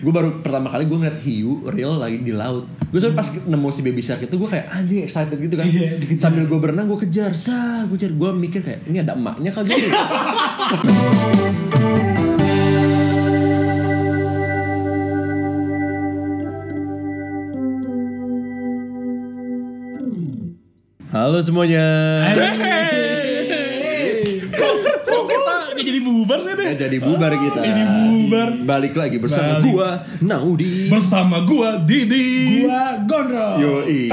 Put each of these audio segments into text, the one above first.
Gue baru pertama kali gue ngeliat hiu real lagi di laut. Gue soalnya pas nemu si baby shark itu gue kayak anjing excited gitu kan. Sambil gue berenang gue kejar, gue mikir kayak ini ada emaknya kagak nih. Halo semuanya. Kok kita gak jadi bubar sih deh? Gak jadi bubar kita. Jadi bubar. Balik lagi bersama gua Naudi. Bersama gua Didi. Gua Gondrong. Yoi.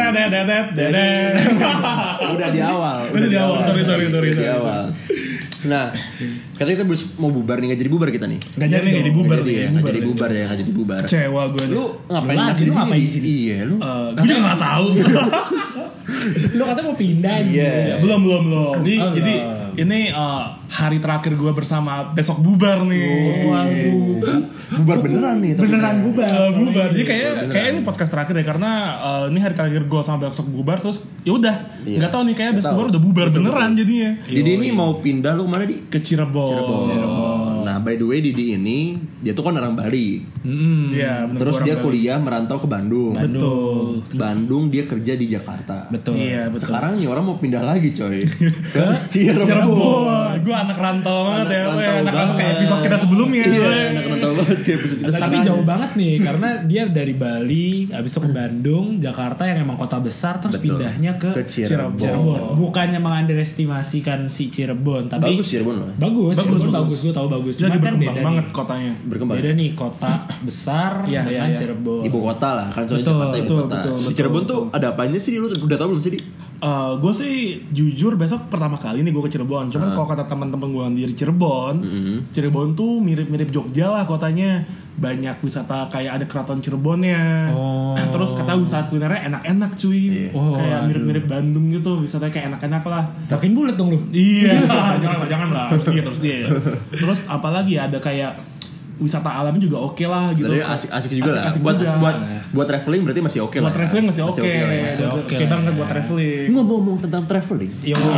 Udah di awal. Sorry. Di awal. Nah, katanya kita mau bubar nih, gak jadi bubar kita nih. Gak jadi bubar. Gak jadi bubar. Kecewa gue. Lu ngapain Lu ngapain di sini? Iya, lu. Gue juga gak tahu. Lu katanya mau pindah. Iya. Belum. Jadi ini hari terakhir gue bersama besok bubar nih. Waduh. Bubar beneran nih. Beneran bubar. Bubar. Jadi kayak ini podcast terakhir ya, karena ini hari terakhir gue sama besok bubar, terus ya udah. Iya. Nggak tahu nih, kayak besok bubar udah bubar beneran jadinya. Didi ini mau pindah lu kemana, Di? Ke Cirebon. Nah, by the way Didi ini dia tuh kan orang Bali. Iya. Terus dia kuliah merantau ke Bandung. Betul. Bandung dia kerja di Jakarta. Betul. Iya, betul. Sekarang nih orang mau pindah lagi coy ke Cirebon. Gue anak rantau banget ya. Anak Anak rantau rantau kayak banget. episode kita sebelumnya. Iya, anak rantau banget kayak episode kita. Tapi jauh banget nih, karena dia dari Bali, habis itu ke Bandung, Jakarta yang emang kota besar, terus Betul. pindahnya ke Cirebon. Bukannya mengunderestimasikan si Cirebon, tapi Bagus Cirebon loh. Bagus. Cirebon bagus, gue tahu bagus. Dia lagi Cuman kan berkembang beda banget nih. kotanya. Berkembang. Beda nih, kota besar Iya, dengan iya. Cirebon. Ibu kota lah kan, soalnya Betul, Jakarta ibu kota. betul. Di Cirebon tuh ada apanya sih? Lu udah tahu belum sih, Di? Gue sih jujur besok pertama kali nih gue ke Cirebon. Cuman kalau kata teman-teman gue di Cirebon, Cirebon tuh mirip-mirip Jogja lah kotanya. Banyak wisata, kayak ada keraton Cirebonnya. Terus kata usaha kulinernya enak-enak cuy. Kayak mirip-mirip Bandung gitu, wisatanya kayak enak-enak lah. Makin bulat dong lu. Iya, jangan lah. Terus dia. Terus apalagi ada kayak wisata alamnya juga oke lah gitu. Berarti asik juga lah. Asik-asik Buat juga. buat traveling berarti masih oke lah. Buat traveling masih oke. Masih oke Oke lah. banget buat traveling. Ngomong tentang traveling.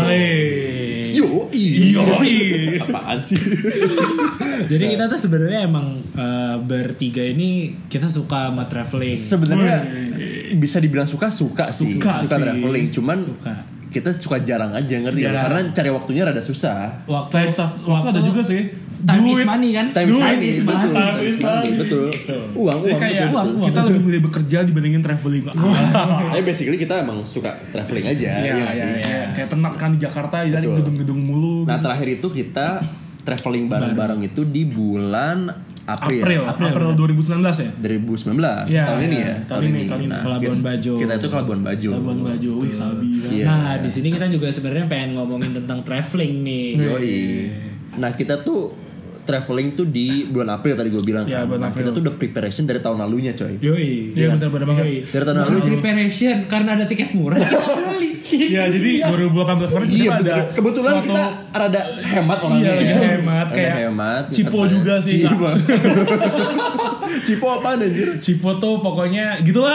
Yoi. Apaan sih? Jadi kita tuh sebenarnya emang bertiga ini kita suka sama traveling. Sebenarnya bisa dibilang suka sih. Suka sih. Traveling, cuman Suka. kita suka jarang aja, ngerti ya? Jarang. Karena cari waktunya rada susah. Waktu ada juga sih. Time is money kan? Time is money, betul. Uang. Jadi kayak betul. kita lebih milih bekerja dibandingin traveling. Tapi basically kita emang suka traveling aja, ya nggak sih? Kayak penat kan di Jakarta, jadi Betul. gedung-gedung mulu. Nah terakhir itu kita traveling bareng-bareng itu di bulan April. April 2019 ya. 2019 Iya, tahun ini ya. tahun ini. Nah, Ke Labuan Bajo. Kita itu ke Labuan Bajo. Labuan Bajo, wih sabi kan. Iya. Nah, di sini kita juga sebenarnya pengen ngomongin tentang traveling nih. Yoi. Nah kita tuh traveling tuh di bulan April tadi gue bilang Iya, kan. bulan Nah, April. kita tuh udah preparation dari tahun lalunya coy. Yoi. Iya benar-benar banget. Dari tahun lalu. Bukan preparation karena ada tiket murah kita beli. Iya, jadi 2018 kemarin Iya kita ada bener. Kebetulan suatu- kita rada hemat orangnya. Iya, ya. hemat Rada kayak hemat. Cipo Katanya. juga sih. Cipo. Cipo apaan anjir? Cipo tuh pokoknya gitulah.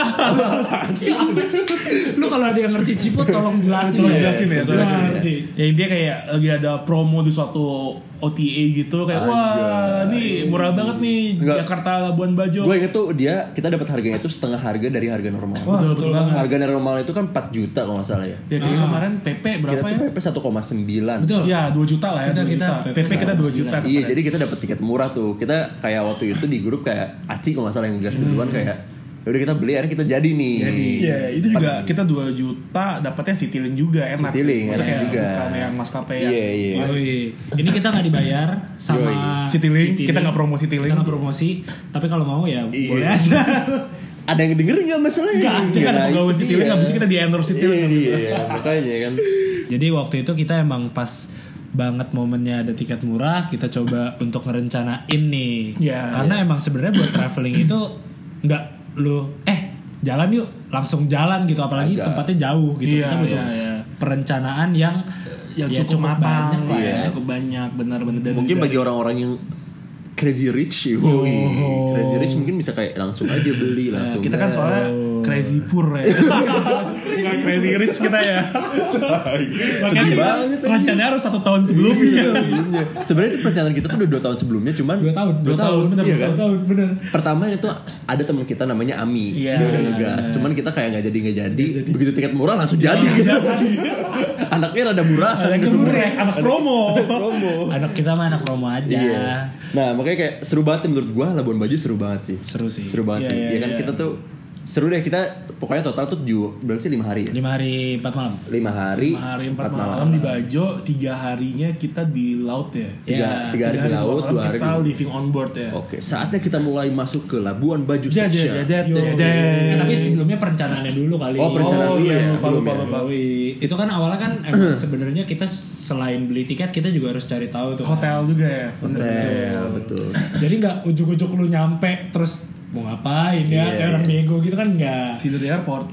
Lu kalau ada yang ngerti Cipo tolong jelasin. Tolong jelasin ya, Gua soalnya. ngerti. Ya dia kayak lagi ada promo di suatu OTA gitu, kayak wah ini murah banget nih Enggak. Jakarta Labuan Bajo. Gue inget tuh kita dapat harganya itu setengah harga dari harga normal. Betul banget. Harga normal itu kan 4 juta kalau nggak salah ya. Ya kayak kemarin PP Kita berapa tuh ya? PP 1,9. Betul. Ya 2 juta lah ya. Kita- 2 kita juta. PP PP kita 2 juta. Iya, jadi kita dapat tiket murah tuh. Kita kayak waktu itu di grup kayak Aci kalau nggak salah yang gas duluan kayak ya udah kita beli, akhirnya kita jadi nih. Iya, itu juga kita 2 juta dapatnya Citylink juga, enak Citylink, sih. Maksudnya enak kayak juga. bukan yang maskapai yang Iya. Yoi. Ini kita nggak dibayar sama Citylink. Kita nggak promo Citylink. Kita nggak promosi, tapi kalau mau ya Iya. boleh aja. Ada yang denger nggak masalahnya? Nggak, kita kan ada pegawai Citylink, habis itu kita di endorse Citylink. Iya, makanya kan. Jadi waktu itu kita emang pas banget momennya ada tiket murah, kita coba untuk ngerencanain nih. Iya. Karena emang sebenarnya buat traveling itu nggak lu jalan yuk langsung jalan gitu, apalagi Agak. tempatnya jauh gitu. Iya, Kita butuh iya. perencanaan yang Yang ya cukup matang, banyak lah ya. cukup banyak, benar-benar. Mungkin bagi orang-orang yang crazy rich, crazy rich mungkin bisa kayak langsung aja beli langsung. kita kan soalnya crazy poor ya. Enggak Crazy Rich kita ya. Sedih banget. Rencananya harus 1 tahun sebelumnya. Sebenarnya itu perencanaan kita tuh udah 2 tahun sebelumnya, cuman 2 tahun. Bener, iya kan? 2 tahun, bener. Pertama itu ada teman kita namanya Ami, Iya. dia udah ngegas, cuman kita kayak nggak jadi. Begitu tiket murah langsung jadi. Gitu. Anaknya rada murah. Anak promo. Anak kita mah anak promo aja. Iya. Nah makanya kayak seru banget menurut gua, Labuan Bajo seru banget sih. Seru banget sih. Ya kan kita tuh seru deh, kita pokoknya total tuh berarti 5 hari ya. 5 hari 4 malam. 5 hari 4 malam di Bajo, 3 harinya kita di laut ya. 3 hari di laut, 2 hari kita living on board ya. Oke, saatnya kita mulai masuk ke Labuan Bajo Jajet. section. Tapi sebelumnya perencanaannya dulu kali. Oh, perencanaan dulu ya. Lupa. Itu kan awalnya kan emang sebenarnya kita selain beli tiket kita juga harus cari tahu tuh Hotel juga ya. Hotel, betul. Jadi nggak ujuk-ujuk lu nyampe terus mau ngapain ya kayak orang Diego gitu kan nggak. Tidur di airport.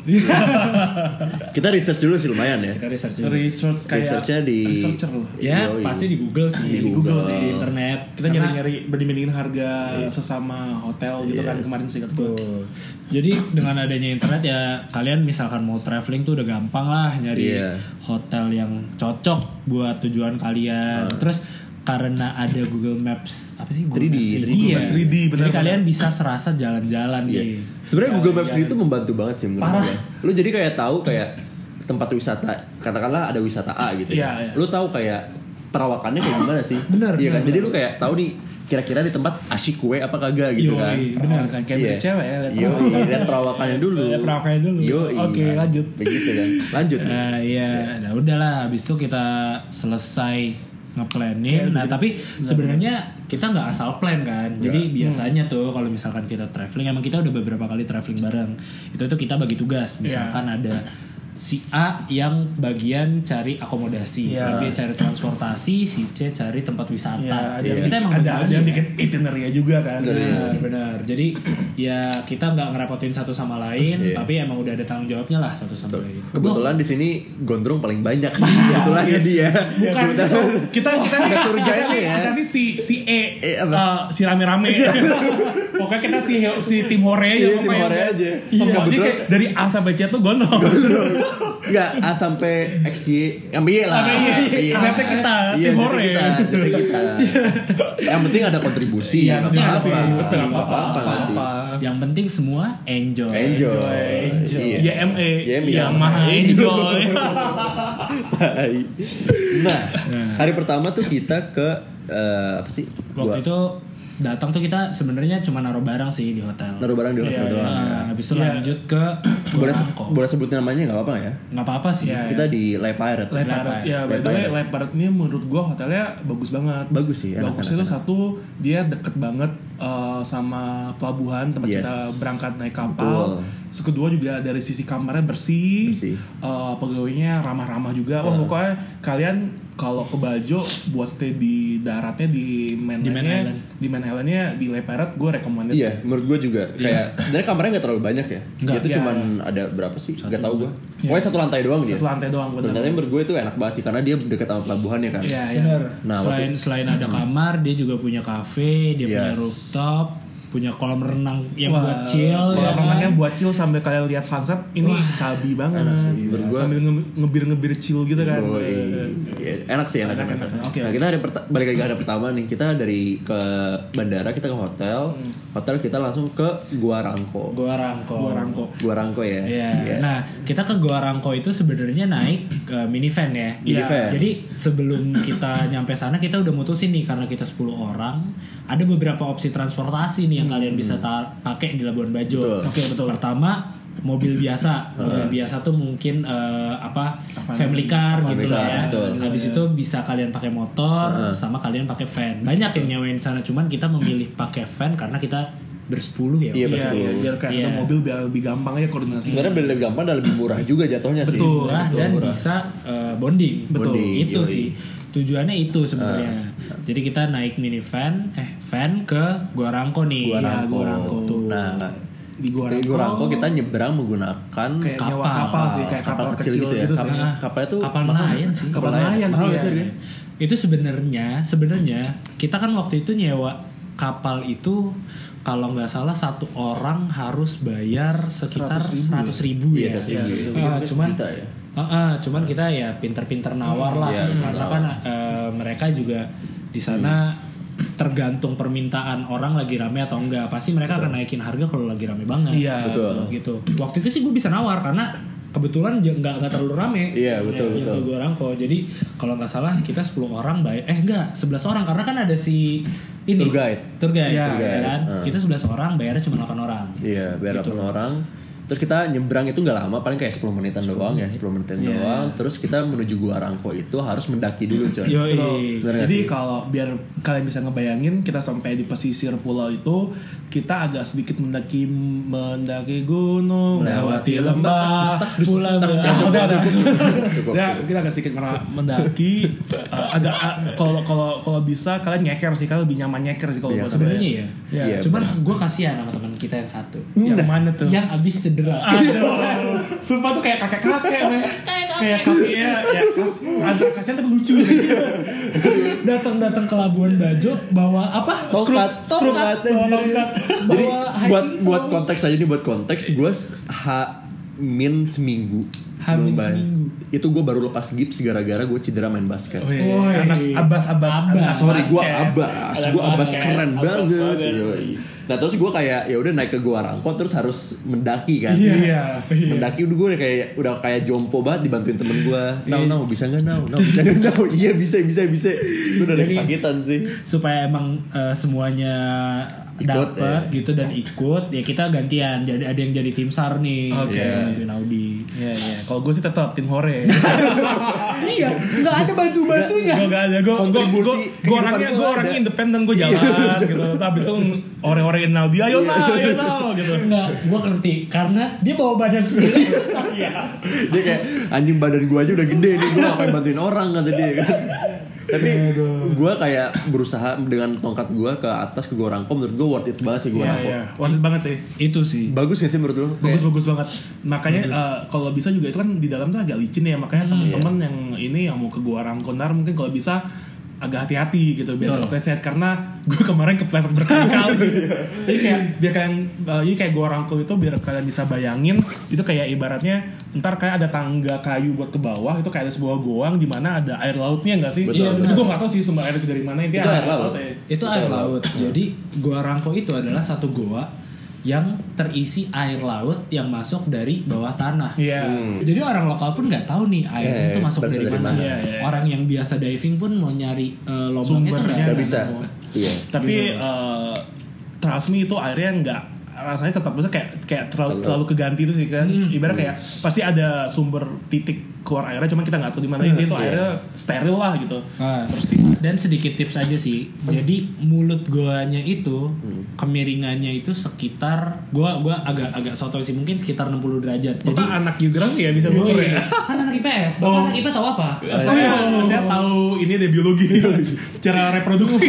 Kita research dulu sih lumayan ya. Kita research dulu. Research kayak Researchnya di researcher loh. Ya Yoi. pasti di Google sih. Di Google sih di internet. Kita nyari-nyari banding-bandingin harga sesama hotel gitu kan kemarin sih gue. Jadi dengan adanya internet ya kalian misalkan mau traveling tuh udah gampang lah nyari hotel yang cocok buat tujuan kalian. Terus karena ada Google Maps apa sih 3D, Google Maps 3D, bener. Jadi kalian bisa serasa jalan-jalan nih. Sebenarnya Google Maps itu membantu banget sih menurut gue. Lu jadi kayak tahu kayak tempat wisata, katakanlah ada wisata A gitu ya. Lu tahu kayak perawakannya kayak gimana sih? Bener. Iya kan? Jadi lu kayak tahu nih kira-kira di tempat asyik kue apa kagak gitu kan. Benar kan kayak beli cewek ya. Lihat perawakannya dulu. Oke, lanjut. Begitu kan. Lanjut. Iya, nah udahlah habis itu kita selesai nge-planning. Nah, tapi sebenarnya kita nggak asal plan kan. Jadi biasanya tuh kalau misalkan kita traveling, emang kita udah beberapa kali traveling bareng. Itu tuh kita bagi tugas. Misalkan ada si A yang bagian cari akomodasi, si B cari transportasi, si C cari tempat wisata. Jadi kita emang ada yang bikin itinerary juga kan. Benar. Jadi ya kita nggak ngerepotin satu sama lain, tapi emang udah ada tanggung jawabnya lah satu sama lain. Kebetulan di sini gondrong paling banyak sih. Kebetulan ya dia. Bukan kita nih si E si rame-rame. Pokoknya kita si tim hore aja. Tim hore aja. Kebetulan dari A sampai C tuh gondrong. Enggak, A sampai XY sampai Y lah. Sampai kita tim hore. Kita. Yang penting ada kontribusi. Enggak apa-apa sih. Yang penting semua enjoy. YME yang maha enjoy. Nah, hari pertama tuh kita ke apa sih? Waktu itu datang tuh kita sebenarnya cuma naruh barang sih di hotel. Naruh barang di hotel doang. Habis itu lanjut ke boleh sebut namanya nggak apa-apa ya? Nggak apa-apa sih. Kita di Le Pirate. Ya, by the way, Le Pirate ini menurut gua hotelnya bagus banget. Bagus sih. Bagusnya tuh satu, dia deket banget sama pelabuhan tempat kita berangkat naik kapal. Terus kedua juga dari sisi kamarnya bersih. Pegawainya ramah-ramah juga. Wah pokoknya kalian kalau ke Bajo buat stay di daratnya di main islandnya di Le Pirate gue recommended. Iya, menurut gue juga kayak sebenarnya kamarnya nggak terlalu banyak ya. Dia tuh cuman ada berapa sih? Nggak tahu gue. Pokoknya satu lantai doang dia. Satu lantai doang. Ternyata menurut gue itu enak banget sih karena dia dekat sama pelabuhan ya kan. Iya. Nah, selain ada kamar, dia juga punya cafe, dia punya rooftop, punya kolam renang yang buat chill. Kolam renangnya buat chill sambil kalian lihat sunset. Ini sabi banget. Sambil ngebir chill gitu kan. Enak sih, enak. Nah, kita balik lagi ke hari pertama nih. Kita dari ke bandara kita ke hotel. Hotel kita langsung ke Gua Rangko ya. Iya. Nah, kita ke Gua Rangko itu sebenarnya naik ke minivan ya. Jadi sebelum kita nyampe sana kita udah mutusin nih karena kita 10 orang, ada beberapa opsi transportasi nih yang kalian bisa pakai di Labuan Bajo. Betul. Pertama mobil biasa. Mobil biasa tuh mungkin family car gitu lah ya. Habis itu bisa kalian pakai motor sama kalian pakai van. Banyak yang nyewain sana, cuman kita memilih pakai van karena kita bersepuluh ya. Iya, bersepuluh. Biar kayak ada mobil biar lebih gampang aja koordinasi. Sebenarnya lebih gampang dan lebih murah juga jatuhnya sih. Murah dan bisa bonding. Betul. Itu sih. Tujuannya itu sebenarnya. Jadi kita naik van ke Gua Rangko nih. Gua Rangko. Nah, di Gua Rangko kita nyebrang menggunakan kapal sih, kayak kapal kecil gitu sih. Kapalnya tuh kapal nelayan sih. Kapal nelayan sih. Itu sebenarnya kita kan waktu itu nyewa kapal itu kalau nggak salah satu orang harus bayar sekitar 100.000 ya. Cuman kita ya pinter-pinter nawar lah, karena kan mereka juga di sana tergantung permintaan orang lagi rame atau enggak. Pasti mereka akan naikin harga kalau lagi rame banget. Iya, betul. Gitu. Waktu itu sih gue bisa nawar karena kebetulan nggak terlalu rame. Iya, betul. Gue rangko. Jadi kalau nggak salah kita 10 orang bayar 11 orang karena kan ada si ini tour guide ya kan. Kita 11 orang bayarnya cuma 8 orang. Iya, bayar gitu. 8 orang. Terus kita nyebrang itu gak lama, paling kayak 10 menitan doang ya, 10 menitan doang. Terus kita menuju Gua Rangko itu harus mendaki dulu coy. Jadi kalau biar kalian bisa ngebayangin, kita sampai di pesisir pulau itu, kita agak sedikit mendaki gunung, melewati lembah, pulang. Ya, kita agak sedikit mendaki. Agak kalau bisa kalian nyeker sih, kalian lebih nyaman nyeker sih kalau buat sebenarnya ya. Cuman gue kasihan sama teman kita yang satu. Yang mana tuh? Yang abis cedera. Aduh, sumpah tuh kayak kakek-kakek, kayak kakeknya ya kasihan tapi lucu. Datang ke Labuan Bajo bawa apa? Tongkat. Jadi buat konteks aja nih, gue seminggu. Itu gue baru lepas gips gara-gara gue cedera main basket. Anak Abbas. Sorry, gue Abbas keren banget. Nah terus gue kayak ya udah naik ke Gua Rangko terus harus mendaki kan. Iya. Mendaki udah gue kayak jompo banget dibantuin temen gue. Nau bisa nggak nau? Iya bisa. Gue udah kesakitan sih. Supaya emang semuanya dapat gitu dan ikut ya kita gantian. Jadi ada yang jadi tim SAR nih. Bantuin Audi. Iya. Kalau gue sih tetap tim Hore. Iya, nggak ada bantunya. Gue nggak ada. Gue orangnya independen, gue jalan gitu. Tapi itu ore-orein Audi, ayo tau gitu. Nggak, gue ngerti karena dia bawa badan sendiri. Dia kayak anjing badan gue aja udah gede nih, gue ngapain bantuin orang kata dia kan. Tapi gue kayak berusaha dengan tongkat gue ke atas ke Gua Rangko, menurut gue worth it banget sih Gua Rangko. Worth it banget sih. Itu sih. Bagus gak sih menurut lo? Bagus banget. Makanya kalau bisa juga itu kan di dalam tuh agak licin ya. Makanya teman-teman yang mau ke Gua Rangko mungkin kalau bisa agak hati-hati gitu biar kepleset, karena gue kemarin kepleset berkali-kali. Jadi kayak Gua Rangko itu biar kalian bisa bayangin itu kayak ibaratnya ntar kayak ada tangga kayu buat ke bawah, itu kayak ada sebuah goang di mana ada air lautnya nggak sih? Betul. Itu gue nggak tahu sih sumber air itu dari mana. Itu air laut. Itu air laut. Jadi Gua Rangko itu adalah satu goa yang terisi air laut yang masuk dari bawah tanah. Jadi orang lokal pun nggak tahu nih airnya itu masuk dari mana. Orang yang biasa diving pun mau nyari lubangnya itu nggak bisa. Tapi trust me itu airnya nggak, rasanya tetap bisa kayak terlalu keganti itu sih kan. Ibarat kayak pasti ada sumber titik keluar airnya, cuman kita nggak tahu di mana. Ini tuh airnya steril lah gitu. Bersih. Dan sedikit tips aja sih. Jadi mulut goanya itu kemiringannya itu sekitar gua agak sotoy sih, mungkin sekitar 60 derajat. Jadi anak geografi ya bisa ngukur ya. Kan anak IPS. Bapak anak IPA tahu apa? Saya tahu ini ada biologi. Cara reproduksi.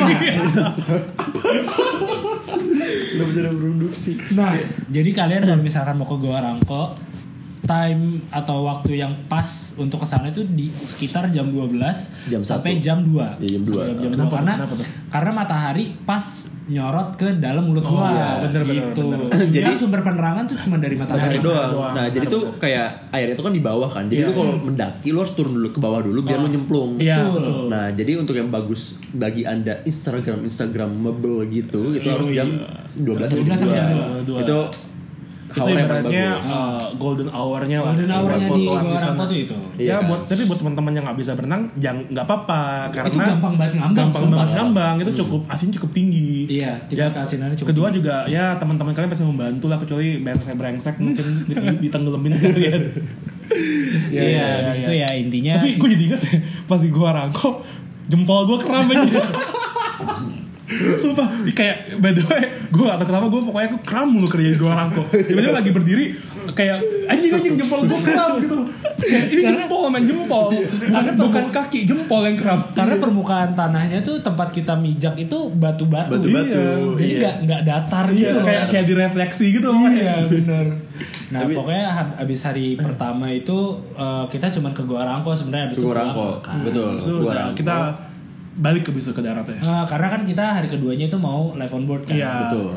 Nggak bisa reproduksi. Nah, jadi kalian kalau misalkan mau ke Gua Rangko, time atau waktu yang pas untuk kesana itu di sekitar jam 12 sampai jam 2. Ya, jam 2. Jam 2 karena matahari pas nyorot ke dalam mulut gua. Bener. Jadi kan sumber penerangan tuh cuma dari matahari doang. Nah, jadi tuh kayak air itu kan di bawah kan. Jadi tuh kalau mendaki lo harus turun dulu ke bawah dulu biar lo nyemplung. Betul. Nah, jadi untuk yang bagus bagi Anda Instagramable gitu, itu harus jam 12 sampai jam 2. Itu ibaratnya golden hour-nya lah. Golden hour-nya di Gua Rangko tuh itu. Ya, tapi buat teman-teman yang nggak bisa berenang, nggak apa-apa karena itu gampang banget ngambang. Itu asinnya cukup tinggi. Iya, tingkat keasinannya cukup. Kedua juga ya teman-teman kalian pasti membantu lah, kecuali brengsek mungkin ditenggelamin kalian. Iya, itu ya intinya. Tapi gue jadi ingat ya, pas di Gua Rangko jempol gue kram aja. Sumpah, kayak by the way, gue gak tau kenapa gue pokoknya gue kram mulu kerja di Gua Rangko. Tiba-tiba lagi berdiri kayak anjing jempol gue kram gitu. Ini jempol, main jempol. Bukan kaki, jempol yang kram. Karena permukaan tanahnya tuh tempat kita mijak itu batu-batu. Jadi nggak datar gitu. Kayak direfleksi gitu. Iya, benar. Nah, pokoknya habis hari pertama itu kita cuma ke Gua Rangko sebenarnya, habis itu Gua Rangko. Betul. Kita balik ke darat ya. Karena kan kita hari keduanya itu mau live on board kan. Iya. Betul.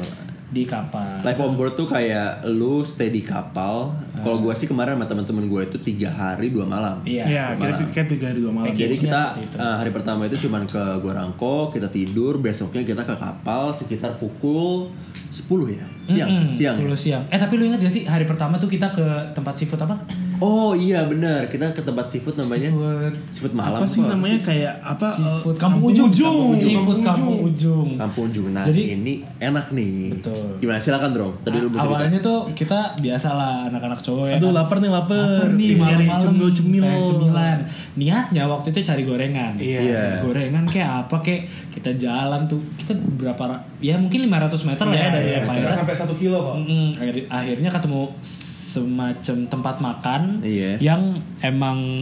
di kapal. Live on board tuh kayak lu stay di kapal. Kalau gue sih kemarin sama teman-teman gue itu 3 hari 2 malam. Iya, kita 3 hari 2 malam. Jadi kita hari pertama itu cuman ke Guarangko, kita tidur, besoknya kita ke kapal sekitar pukul 10 ya, siang 10 siang. Tapi lu ingat gak sih hari pertama tuh kita ke tempat seafood apa? Oh iya benar, kita ke tempat seafood namanya seafood malam. Apa sih namanya kayak apa? Seafood Kampung Ujung. Seafood Kampung Ujung. Kampung Ujung. Nah, jadi ini enak nih. Betul. Gimana silakan Dro. Tadi lu bercerita. Awalnya tuh kita biasalah anak-anak cowok ya. Aduh lapar nih malam-malam cemilan. Niatnya waktu itu cari gorengan. Iya. Gorengan kayak apa kayak kita jalan tuh kita berapa ya mungkin 500 meter lah ya dari Empire. Sampai 1 kilo kok. Akhirnya ketemu semacam tempat makan yang emang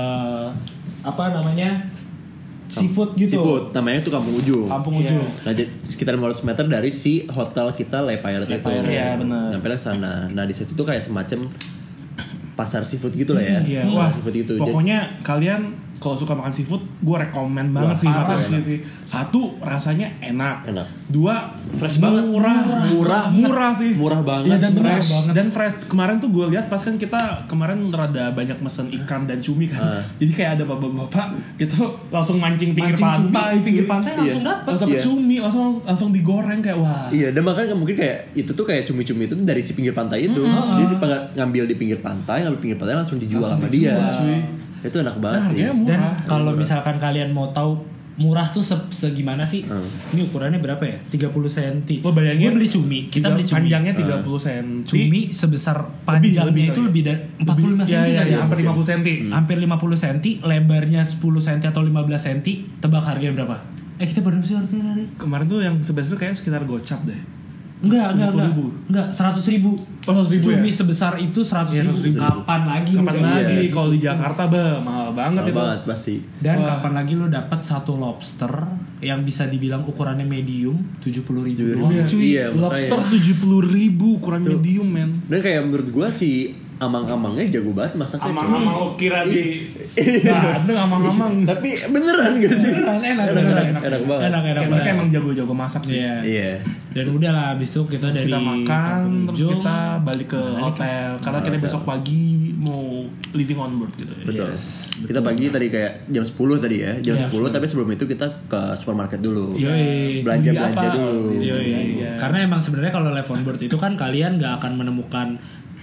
apa namanya seafood gitu. Seafood, namanya tuh Kampung Ujung. Kampung Ujung. Nah, sekitar 500 meter dari si hotel kita Le Pirate itu. Iya, benar. Sampai ke sana. Nah, di situ tuh kayak semacam pasar seafood gitu lah ya. Iya, wah. Seafood gitu. Pokoknya kalian kalau suka makan seafood, gue rekomen banget sih makan seafood. 1, rasanya enak. 2, fresh banget, murah sih. Murah banget, ya, dan fresh. Dan fresh. Kemarin tuh gue lihat pas kan kita kemarin rada banyak mesen ikan dan cumi kan. Jadi kayak ada bapak-bapak itu langsung mancing pinggir pantai langsung dapat. Langsung dapat cumi, langsung digoreng kayak wah. Iya, dan makanya mungkin kayak itu tuh kayak cumi-cumi itu dari si pinggir pantai itu. Dia ngambil di pinggir pantai langsung dijual sama dia. Itu enak banget sih. Dan kalau misalkan kalian mau tahu murah tuh segimana sih? Ini ukurannya berapa ya? 30 cm. Lo bayangin beli cumi. Kita beli cumi. Panjangnya 30 cm. Cumi sebesar panjangnya itu lebih dari 45 cm ya, hampir 50 cm. Hampir 50 cm, lebarnya 10 cm atau 15 cm. Tebak harganya berapa? Kita berapa sih artinya hari? Kemarin tuh yang sebesar kayak sekitar gocap deh. Enggak, 100.000. Cumi sebesar itu 100.000. Kapan lagi? Kalau di Jakarta mahal banget itu. Banget pasti. Dan kapan lagi lo dapat satu lobster yang bisa dibilang ukurannya medium 70.000 doang. Iya, lobster 70.000 ukuran medium, men. Dan kayak menurut gue sih amang-amangnya jago banget masaknya. Amang-amang lo kira di Bandung amang-amang. Tapi beneran gak sih? Enak banget. Mereka emang jago-jago masak sih. Iya. Dan udahlah abis itu kita dari kita makan terus kita balik ke hotel karena kita besok pagi mau living on board gitu. Betul. Kita pagi tadi kayak jam 10 tadi ya. Jam 10 tapi sebelum itu kita ke supermarket dulu. Belanja dulu. Karena emang sebenarnya kalau live on board itu kan kalian gak akan menemukan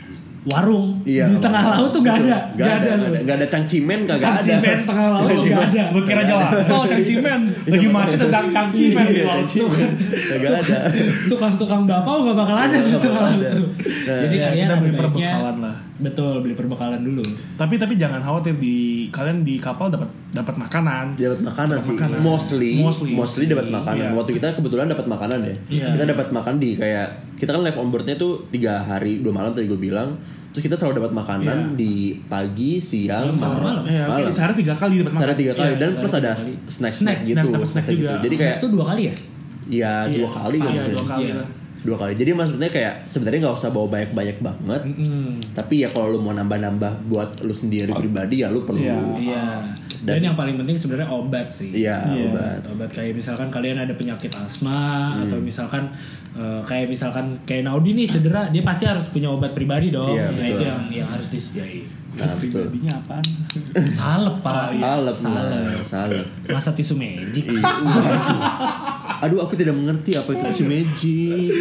warung di tengah laut tuh gak ada cangcimen kagak ada. Cangcimen tengah laut tuh gak ada. Lu kira Jawa cangcimen lagi macet tentang cangcimen di laut tuh kagak ada. Tukang bakpao gak bakal ada di tengah laut tuh. Jadi kalian kita beli perbekalan lah. Betul, beli perbekalan dulu. Tapi jangan khawatir kalian di kapal dapat makanan. Dapat makanan sih. Mostly dapat makanan. Waktu kita kebetulan dapat makanan ya. Kita dapat makan di kayak kita kan live on boardnya tuh 3 hari 2 malam tadi gue bilang. Terus kita selalu dapat makanan di pagi, siang, malam. Sehari 3 kali dapat makan. Sehari 3 kali dan plus ada snack gitu. Dapat snack juga. Jadi kayak itu 2 kali ya? Iya, 2 kali gitu. 2 kali lah. 2 kali. Jadi maksudnya kayak sebenarnya nggak usah bawa banyak banget. Tapi ya kalau lu mau nambah-nambah buat lu sendiri pribadi ya lu perlu. Iya. Dan yang paling penting sebenarnya obat sih. Iya, Obat kayak misalkan kalian ada penyakit asma atau misalkan kayak Naudi nih cedera, dia pasti harus punya obat pribadi dong. Iya, nah itu yang harus disediain. Nah, pribadinya apaan? Salep Pak. Salep. Masa tisu magic? Aduh, aku tidak mengerti apa itu tisu magic.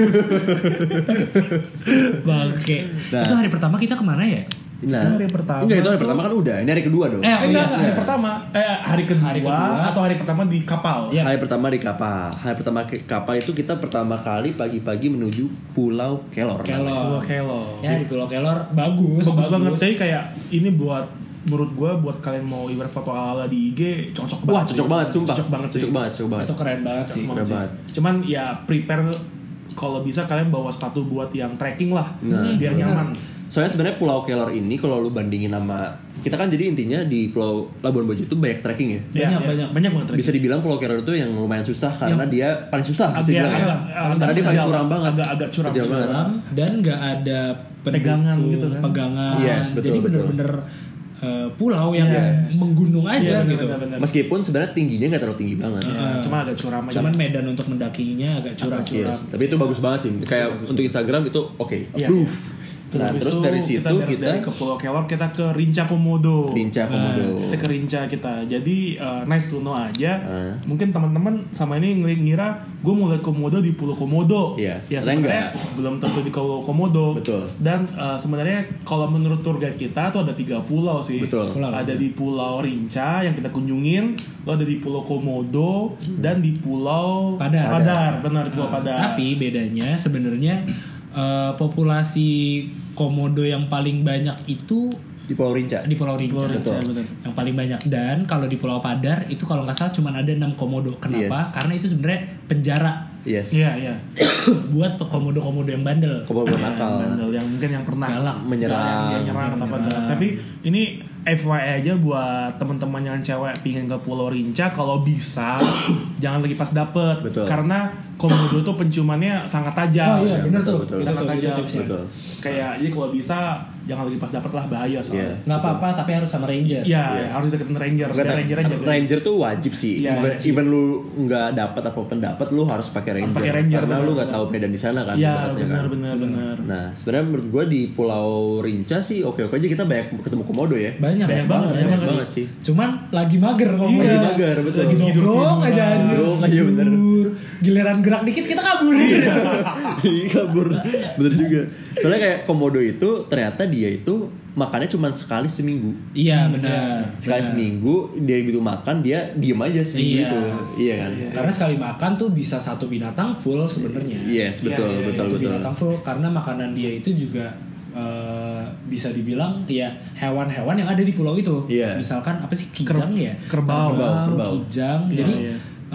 Bangke. Itu hari pertama kita kemana ya? Nah, hari pertama. Enggak, itu hari pertama kan udah. Ini hari kedua dong. Hari pertama. Hari kedua atau hari pertama di kapal? Ya. Hari pertama di kapal. Hari pertama kapal itu kita pertama kali pagi-pagi menuju Pulau Kelor. Pulau Kelor. Ya, di Pulau Kelor bagus banget. Jadi kayak ini menurut gue buat kalian mau ibarat foto ala di IG cocok banget. Wah, cocok banget, sumpah. Cocok banget. Itu keren banget sih. Keren banget. Cuman ya prepare kalau bisa kalian bawa sepatu buat yang trekking lah, biar nyaman. Soalnya sebenarnya Pulau Kelor ini kalau lu bandingin sama kita kan jadi intinya di Pulau Labuan Bajo itu banyak trekking ya. Banyak banget trekking. Bisa dibilang Pulau Kelor itu yang lumayan susah karena dia paling susah bisa dibilang ya. Karena dia paling curam banget. Agak curam dan nggak ada pegangan gitu kan. Pegangan. Yes, betul, jadi bener-bener pulau yang menggunung aja Iya, gitu. benar. Meskipun sebenarnya tingginya nggak terlalu tinggi banget. Cuma agak curam aja. Cuman medan untuk mendakinya agak curam. Yes, tapi itu bagus banget sih. Kayak untuk Instagram itu oke. Iya. Approve. Nah, terus dari situ dari ke Pulau Kelor kita ke Rinca Komodo. Rinca Komodo. Kita ke Rinca kita. Jadi nice to know aja. Mungkin teman-teman sama ini ngira gue mau lihat Komodo di Pulau Komodo. Iya. Ya sebenarnya belum tentu di Pulau Komodo. Betul. Dan sebenarnya kalau menurut tour guide kita tuh ada 3 pulau sih. Betul. Ada di Pulau Rinca yang kita kunjungin, lo ada di Pulau Komodo dan di Pulau Padar. Benar, Pulau Padar. Tapi bedanya sebenarnya populasi komodo yang paling banyak itu Di Pulau Rinca. di Pulau Rinca, betul. yang paling banyak. Dan kalau di Pulau Padar itu kalau nggak salah cuma ada 6 komodo. Kenapa? Yes. Karena itu sebenarnya penjara Yes. Iya. buat komodo-komodo yang bandel. Komodo nakal. Bandel yang mungkin yang pernah Galak, menyerang. yang nyerang atau apa galak. Tapi ini FYI aja buat teman-teman yang cewek pingin ke Pulau Rinca, kalau bisa jangan lagi pas dapet. Betul. Karena komodo tuh penciumannya sangat tajam. Oh iya, benar tuh. betul. Sangat Itu tajam. tipsnya. Betul. Kayak jadi kalau bisa jangan lagi pas dapet lah, bahaya soalnya. Nggak apa-apa, tapi harus sama ranger. Iya, harus deketin ranger. Biar rangernya jaga. Ranger tuh wajib sih. Iya, Even lu nggak dapat apapun dapat, lu harus pakai ranger. Pakai ranger, karena benar, lu nggak tahu medan di sana kan. Iya, ibaratnya kan. benar. Nah, sebenarnya menurut gue di Pulau Rinca sih oke-oke aja, kita banyak ketemu komodo ya. Banyak banget sih. Cuman lagi mager kalau Iya, lagi mager, betul. Lagi tidur aja anjir. Nongkrong aja, bener. Tidur. Giliran gerak dikit kita kabur. Iya, kabur. Bener juga. Soalnya kayak komodo itu ternyata dia itu makannya cuma sekali seminggu. Iya, benar. Sekali seminggu dia gitu makan, dia diem aja seminggu Iya. itu. Iya kan? Karena sekali makan tuh bisa satu binatang full sebenarnya. Yes, betul. Satu binatang full karena makanan dia itu juga bisa dibilang ya hewan-hewan yang ada di pulau itu. Iya. Misalkan apa sih, kijang ya? Kerbau. Kijang. Iya, Jadi iya.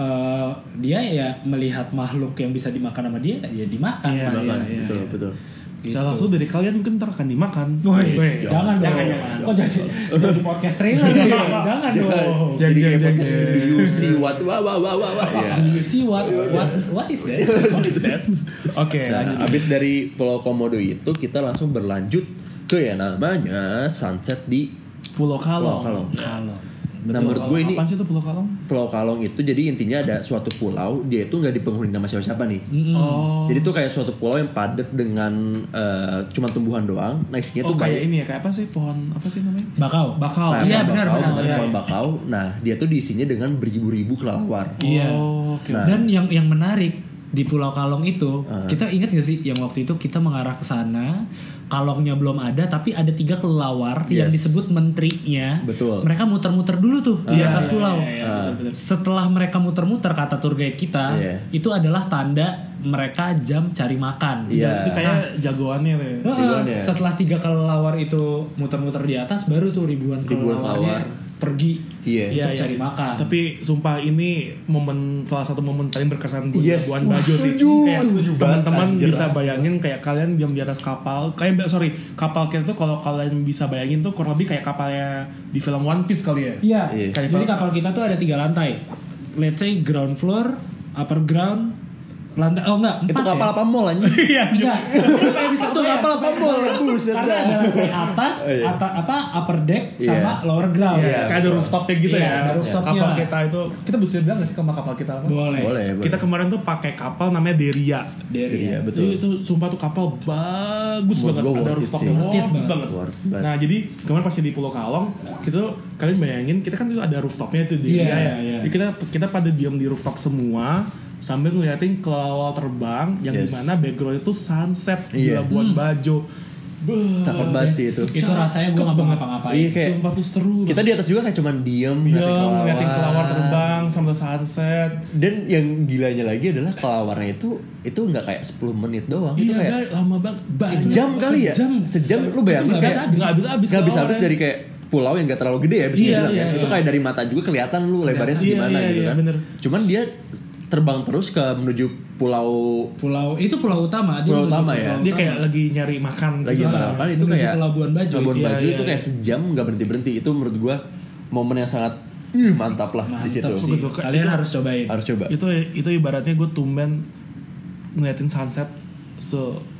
dia ya melihat makhluk yang bisa dimakan sama dia ya dimakan. Iya, pasti. iya. Betul. Bisa langsung dari kalian mungkin ntar akan dimakan. Woi, jangan dong. Kok jadi podcast trailer gitu? Jangan dong. Jadi kayak Jangan. podcast do you see what wah. Iya. Do you see what is that? Oke, lanjut. Nah, abis dari Pulau Komodo itu kita langsung berlanjut ke yang namanya sunset di Pulau Kalong. Pulau Kalong. Kalau Nah, menurut gue ini Apaan sih itu Pulau Kalong? Pulau Kalong itu jadi intinya ada suatu pulau, dia itu nggak dipenghuni nama siapa-siapa nih. Oh. Jadi itu kayak suatu pulau yang padat dengan cuma tumbuhan doang. Nah, isinya tuh kayak ini ya, kayak apa sih pohon apa sih namanya? bakau. Nah, Iya, pohon benar. pohon bakau. Nah, dia tuh diisinya dengan beribu-ribu kelelawar. Iya. Oke. Nah. Dan yang menarik di Pulau Kalong itu, kita ingat gak sih yang waktu itu kita mengarah ke sana, kalongnya belum ada, tapi ada 3 kelelawar yang Yes. disebut menterinya. Betul. Mereka muter-muter dulu tuh di atas pulau. betul-betul. Setelah mereka muter-muter, kata tour guide kita, Iya. itu adalah tanda mereka jam cari makan. Iya. Itu kayak jagoannya tuh ya. Ribuan ya? Setelah 3 kelelawar itu muter-muter di atas, baru tuh ribuan kelelawar. kelelawarnya pergi Iya. untuk cari makan. Tapi sumpah ini salah satu momen paling berkesan gue di Yes. Labuan Bajo sih. Setuju Kayak banget, teman-teman anjir. bisa bayangin kayak kalian diam di atas kapal. Kapal kita tuh kalau kalian bisa bayangin tuh kurang lebih kayak kapalnya di film One Piece kali ya. Iya. Iya. Kayak Jadi kapal kita tuh ada 3 lantai. Let's say ground floor, upper ground, lantai. Oh enggak, 4 Itu kapal apa mall anjing? Iya. Enggak. Itu kapal apa mall? Buset Karena dah. ada lantai atas, Iya. upper deck sama Iya. lower ground. Kayak ada rooftopnya gitu Iya, ya. ada rooftopnya Kapal lah. kita itu kita bisa bilang gak sih sama kapal kita apa? Boleh. Kita kemarin tuh pakai kapal namanya Deria. Iya, betul. Jadi itu sumpah tuh kapal bagus Menurut banget, gua ada worth it rooftopnya sih. Worth it worth it banget. Worth banget. Nah jadi kemarin pas di Pulau Kalong, kalian bayangin kita kan itu ada rooftopnya itu di Iya, Deria ya. iya. Jadi kita pada diam di rooftop semua sambil ngeliatin kelelawar terbang yang Yes. dimana background itu sunset di Iya. Labuan Bajo. Cakep banget sih itu. Itu rasanya gue nggak mau ngapa-ngapain. Iya, kayak Sumpah tuh seru. kita di atas juga kayak cuman diem ngeliatin kelelawar terbang sambil sunset. Dan yang gilanya lagi adalah kelawarnya itu nggak kayak 10 menit doang. Itu Iya, kayak guys, lama banget. sejam kali ya. Sejam lu bayangin Itu kayak nggak habis-habis nggak habis kelawarnya. dari kayak pulau yang gak terlalu gede ya bisa Iya, dibilang ya. iya, Itu iya. kayak dari mata juga kelihatan lu lebarnya Iya, segimana iya, gitu iya, kan. bener. Cuman dia terbang terus ke menuju pulau Pulau utama. Pulau menuju utama ke ya? pulau Dia utama. kayak lagi nyari makan. lagi gitu. makan itu menuju kayak ke Labuan Bajo. Labuan Iya, Bajo iya, itu kayak iya. sejam nggak berhenti. Itu menurut gua momen yang sangat mantap lah di situ. Mantap sih. Betul. Kalian Itu- harus cobain. Harus coba. Itu ibaratnya gue tumben ngeliatin sunset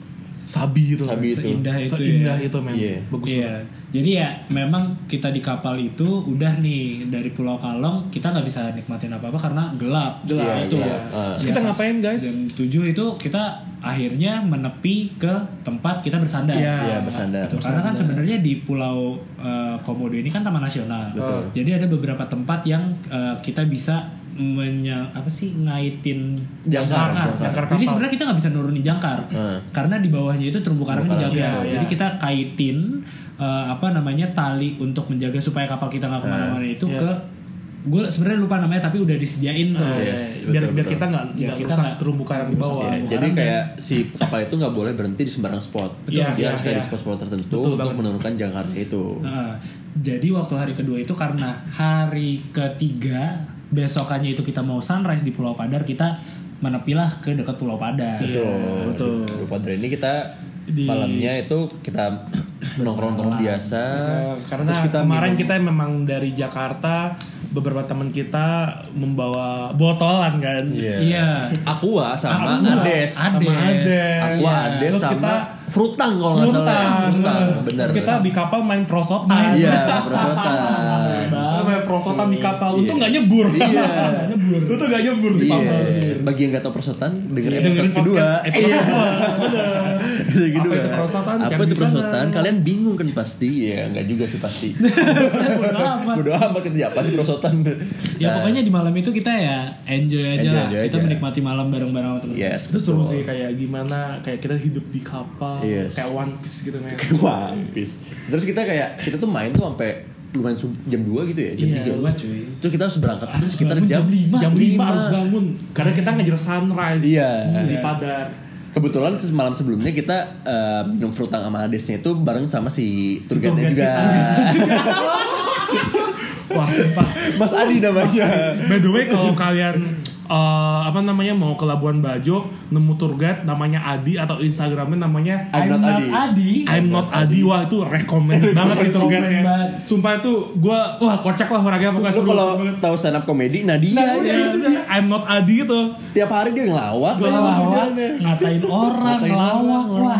Sabi itu. Seindah itu Seindah ya. itu men. Bagus Iya. banget. Jadi ya memang kita di kapal itu udah nih dari Pulau Kalong kita nggak bisa nikmatin apa-apa karena gelap. Iya, Itu. iya. Terus kita ngapain guys? Jam 7 itu kita akhirnya menepi ke tempat kita bersandar. Iya, bersandar. Gitu. Karena kan sebenarnya di Pulau Komodo ini kan Taman Nasional. Jadi ada beberapa tempat yang kita bisa ngaitin Jangkar. Jadi sebenarnya kita nggak bisa nurunin jangkar karena di bawahnya itu terumbu karang dijaga. Jadi kita kaitin tali untuk menjaga supaya kapal kita nggak kemana-mana itu ke gue sebenarnya lupa namanya tapi udah disediain tuh. Biar kita nggak rusak terumbu karang di bawah. Jadi kayak si kapal itu nggak boleh berhenti di sembarang spot. Dia harus kayak di spot-spot tertentu untuk menurunkan jangkarnya itu. Jadi waktu hari kedua itu karena hari ketiga besokannya itu kita mau sunrise di Pulau Padar, kita menepilah ke dekat Pulau Padar. Betul. Pulau Padar ini kita malamnya itu kita nongkrong biasa. Karena kemarin kita memang dari Jakarta, beberapa teman kita membawa botolan kan. Iya. Aqua sama Ades. Aqua Ades sama Frutang kalau nggak salah. Frutang, benar. Terus kita di kapal main prosotan. Iya, prosotan. Main prosotan di kapal. Untung nggak nyebur. Iya. Untung nggak nyebur di kapal. Bagi yang nggak tahu prosotan, dengerin episode kedua. Apa itu prosotan? Apa itu prosotan? Kalian bingung kan pasti? Ya nggak juga sih pasti. Bodo amat kita apa sih prosotan? Ya pokoknya di malam itu kita ya enjoy aja lah. Kita aja. menikmati malam bareng-bareng sama teman. Yes, Itu seru sih kayak gimana kayak kita hidup di kapal kayak One Piece gitu kan. Kayak One Piece. Terus kita tuh main tuh sampai lumayan jam 2 gitu ya, jam 3 cuy. Terus kita harus berangkat itu sekitar jam 5 harus bangun karena kita ngejar sunrise di Padar. Kebetulan malam sebelumnya kita minum frutang sama Adesnya itu bareng sama si tour guide-nya juga. Wah, sumpah. Mas Adi namanya. By the way, kalau kalian mau ke Labuan Bajo nemu tour guide namanya Adi atau Instagramnya namanya I'm not Adi. Wah, itu recommended banget itu tour guide-nya. Sumpah itu gue kocak lah orangnya pokoknya seru. Kalau tahu stand up comedy Nadia I'm not Adi itu. tiap hari dia ngelawak, ngatain orang, ngelawak. Wah.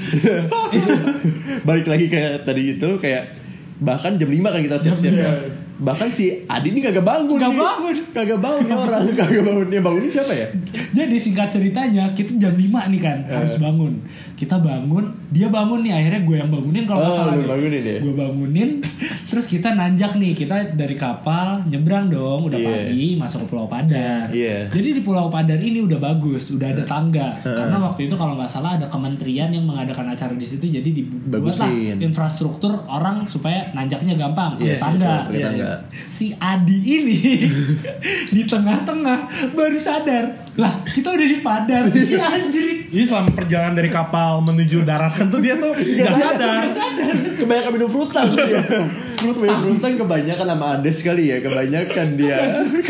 Balik lagi kayak tadi itu kayak bahkan jam 5 kan kita siap-siap ya. Bahkan si Adi ini kagak bangun ya orang. Kagak bangun. Yang bangunin siapa ya? Jadi singkat ceritanya kita jam 5 nih kan harus bangun. Kita bangun, dia bangun nih, akhirnya gue yang bangunin kalau nggak salah. Gue bangunin, terus kita nanjak nih, kita dari kapal nyebrang dong, udah pagi masuk ke Pulau Padar. Jadi di Pulau Padar ini udah bagus, udah ada tangga. Karena waktu itu kalau nggak salah ada kementerian yang mengadakan acara di situ, jadi dibuatlah infrastruktur orang supaya nanjaknya gampang, pakai tangga. Si Adi ini di tengah-tengah baru sadar, lah kita udah di Padar. Si anjir. Jadi selama perjalanan dari kapal menuju daratan tuh dia tuh nggak sadar. Kebanyakan minum frutang dia. Frutang kebanyakan sama Ades kali ya, kebanyakan dia.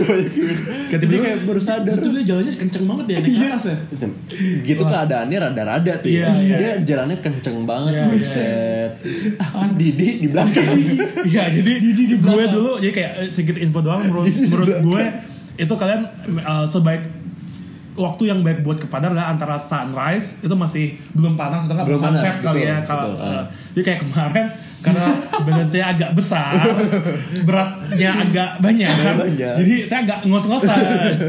Jadi kayak baru sadar. Itu dia jalannya kenceng banget ya di atas ya. Gitu keadaannya rada-rada tuh ya. Dia jalannya kenceng banget, buset. Didi di belakang. Iya, jadi gue dulu jadi kayak sedikit info doang menurut gue itu kalian sebaik waktu yang baik buat ke Padar adalah antara sunrise itu masih belum panas atau nggak sunset kali ya kalau jadi kayak kemarin karena badan saya agak besar, beratnya agak banyak. Jadi saya agak ngos-ngosan.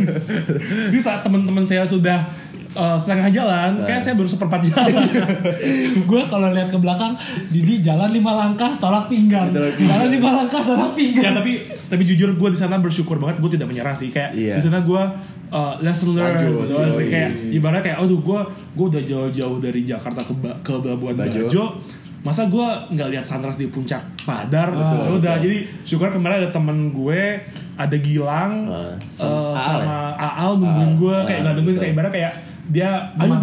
Jadi saat teman-teman saya sudah setengah jalan, kayak saya baru seperempat jalan. Gue kalau lihat ke belakang, Didi jalan 5 langkah tolak pinggang. Jalan 5 langkah tolak pinggang. Ya tapi jujur gue di sana bersyukur banget, gue tidak menyerah sih. Kayak di sana gue lesson learn. Kayak ibaratnya kayak gue udah jauh-jauh dari Jakarta ke Labuan Bajo. Masa gue nggak lihat sunrise di puncak Padar? Udah, jadi syukur kemarin ada temen gue, ada Gilang sama Aal nungguin gue, kayak nggak nungguin, kayak ibarat kayak dia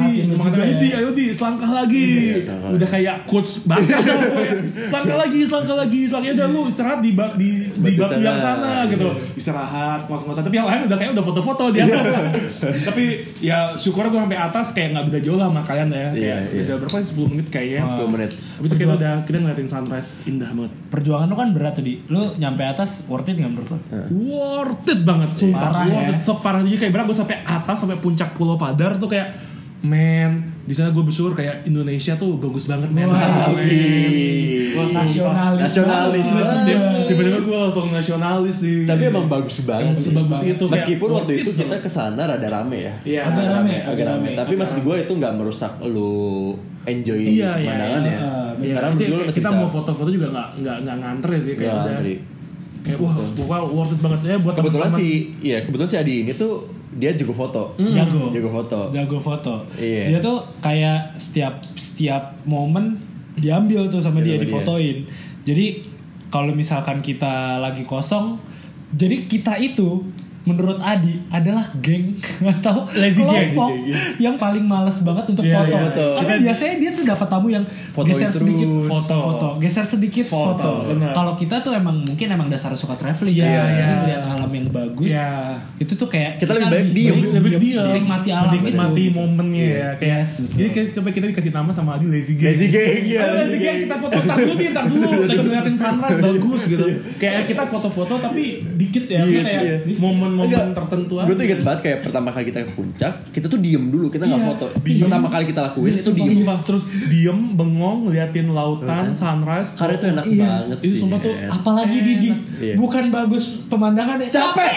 ayo di selangkah lagi. Udah kayak coach bakal selangkah lagi udah lu istirahat di batu yang sana gitu, istirahat ngos-ngosan. Tapi yang lain udah kayak udah foto-foto dia. Tapi ya syukur gue sampai atas kayak nggak beda jauh lah sama kalian ya. Udah berapa 10 menit kayaknya. 10 menit. Habis itu kita ngeliatin sunrise indah banget. Perjuangan lu kan berat tuh di. Lu nyampe atas worth it nggak menurut lu? Worth it banget, sumpah. Worth it separah aja kayak berapa gue sampai atas sampai puncak Pulau Padar tuh kayak di sana gue bersyukur kayak Indonesia tuh bagus banget men. Wah, nasionalis banget. Tiba-tiba gue langsung nasionalis sih. Tapi emang bagus banget. Sebagus itu. Meskipun waktu itu kita kesana rada rame ya. Iya, agak rame. Tapi maksud gue itu nggak merusak lu enjoy pemandangan ya. Karena dulu kita mau foto-foto juga nggak nganter sih kayak udah. Kayak wah worth it banget ya buat kebetulan si Adi ini tuh dia jago foto. Jago foto. Iya. Dia tuh kayak setiap momen diambil tuh sama dia difotoin. Jadi kalau misalkan kita lagi kosong, jadi kita itu menurut Adi adalah geng atau kelompok yang paling malas banget untuk foto. Karena biasanya dia tuh dapat tamu yang geser sedikit foto, geser sedikit foto. Kalau kita tuh mungkin dasar suka traveling jadi melihat alam yang bagus. Itu tuh kayak kita lebih baik diem, menikmati alam, menikmati momennya ya. Kayak jadi kayak coba kita dikasih nama sama Adi Lazy Gang. Lazy Gang kita foto tar dulu lagi ngeliatin sunrise bagus gitu. Kayak kita foto-foto tapi dikit ya, kayak momen tertentu aja. Gue tuh inget banget kayak pertama kali kita ke puncak, kita tuh diem dulu, kita nggak foto. Pertama kali kita lakuin itu diem. Terus diem, bengong, ngeliatin lautan, sunrise. Karena itu enak banget sih. Itu sumpah tuh, apalagi di bukan bagus pemandangan ya, capek.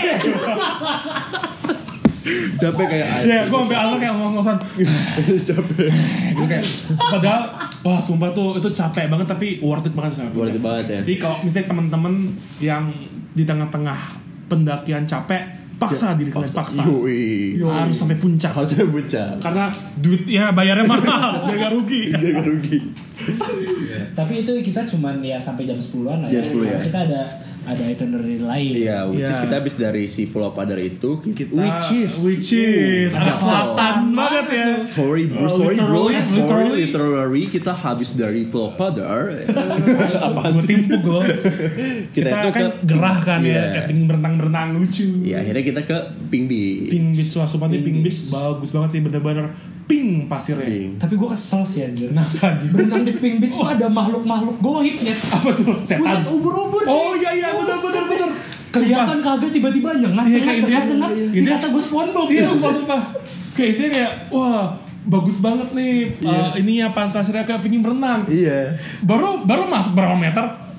Capek kayak air. Ya, gue sampai awal kayak ngos-ngosan. Capek. Gue kayak, padahal, wah sumpah tuh itu capek banget tapi worth it banget sama. Worth it banget ya. Jadi kalau misalnya teman-teman yang di tengah-tengah pendakian capek, paksa diri kalian paksa. Harus sampai puncak. Karena duitnya bayarnya mahal, biar gak rugi. Tapi itu kita cuman ya sampai jam 10-an lah ya. Kita ada itinerary lain. Iya, which is kita habis dari si Pulau Padar itu which is ada selatan banget ya. Sorry bro. Literally kita habis dari Pulau Padar. Apaan sih? Timpuk loh. Kita kan gerah kan ya, kayak pingin berenang lucu. Iya, akhirnya kita ke Pink Beach. Wah sumpah nih Pink Beach bagus banget sih, bener-bener pink pasirnya. Tapi gue kesel sih anjir. Kenapa? Berenang di Pink Beach tuh ada makhluk-makhluk goibnya. Apa tuh? Setan. Ubur-ubur. Oh iya bener. Kelihatan kagak tiba-tiba nyengat. Ini kata gue SpongeBob. Iya sumpah. Kayak dia kayak wah bagus banget nih. Ininya pantasnya kayak pingin berenang. Iya. Baru masuk berapa meter?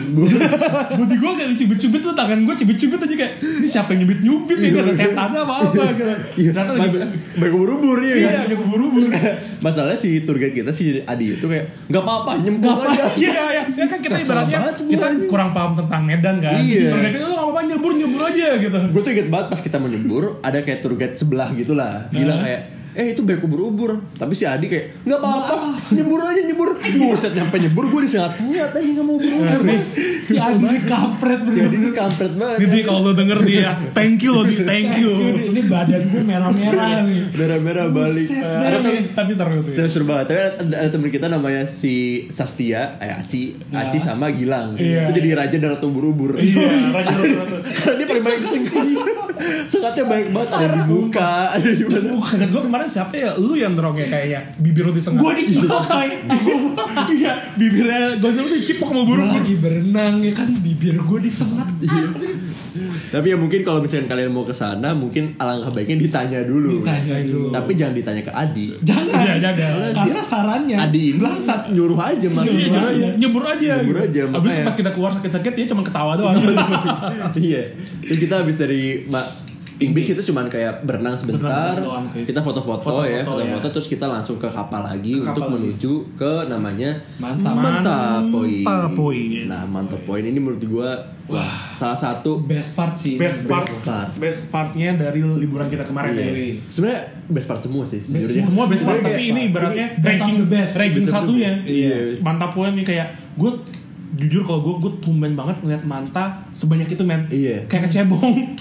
Budi gue kayak dicubit-cubit tuh, tangan gue cubit-cubit aja kayak ini siapa yang nyubit ya, gak ada setannya apa gitu. Ternyata lagi baik ubur-ubur ya kan. Iya, ubur-ubur. Masalahnya si tour guide kita si Adi itu kayak nggak apa-apa nyemplung aja. Iya kan kita ibaratnya kita kurang paham tentang Medan kan. Tour guide itu nggak apa-apa nyebur aja gitu. Gue tuh inget banget pas kita mau nyebur ada kayak tour guide sebelah gitulah bilang kayak itu baik ubur-ubur. Tapi si Adi kayak nggak apa-apa, nyebur aja. Buset, nyampe nyebur gue disengat-sengat aja nggak mau ubur-ubur. Si Adi kampret banget. Jadi kalau lo denger dia, thank you. Ini badan gue merah-merah nih. Merah-merah balik. Tapi seru sih. Seru banget. Tapi ada temen kita namanya si Sastia, Aci sama Gilang. Iya. Itu jadi raja dan ratu ubur-ubur. Iya, raja. Karena dia paling banyak sengat. Sengatnya banyak banget. Ada di muka, ada di mana. Sengat gue kemarin siapa ya? Lu yang dorongnya kayaknya. Bibir lu disengat. Gue dicipok coy. Iya, bibirnya gue dicipok sama burung. Lagi berenang ya kan, bibir gue disengat. Tapi ya mungkin kalau misalkan kalian mau ke sana, mungkin alangkah baiknya ditanya dulu. Tapi jangan ditanya ke Adi. Jangan. Karena sarannya Adi bangsat nyuruh aja masuk. Nyebur aja. Habis pas kita keluar sakit-sakit ya cuma ketawa doang. Iya. Terus kita habis dari Pink Beach itu cuman kayak berenang sebentar, kita foto-foto terus kita langsung ke kapal lagi untuk menuju ke namanya Manta Point. Nah, Manta Point ini menurut gua salah satu best part sih. Best partnya dari liburan kita kemarin ya. Sebenarnya best part semua sih sebenarnya. Semua best part, tapi ini ibaratnya ranking satunya. Manta Point nih kayak gua jujur kalau gue tumben banget ngeliat Manta sebanyak itu men. Kayak kecebong.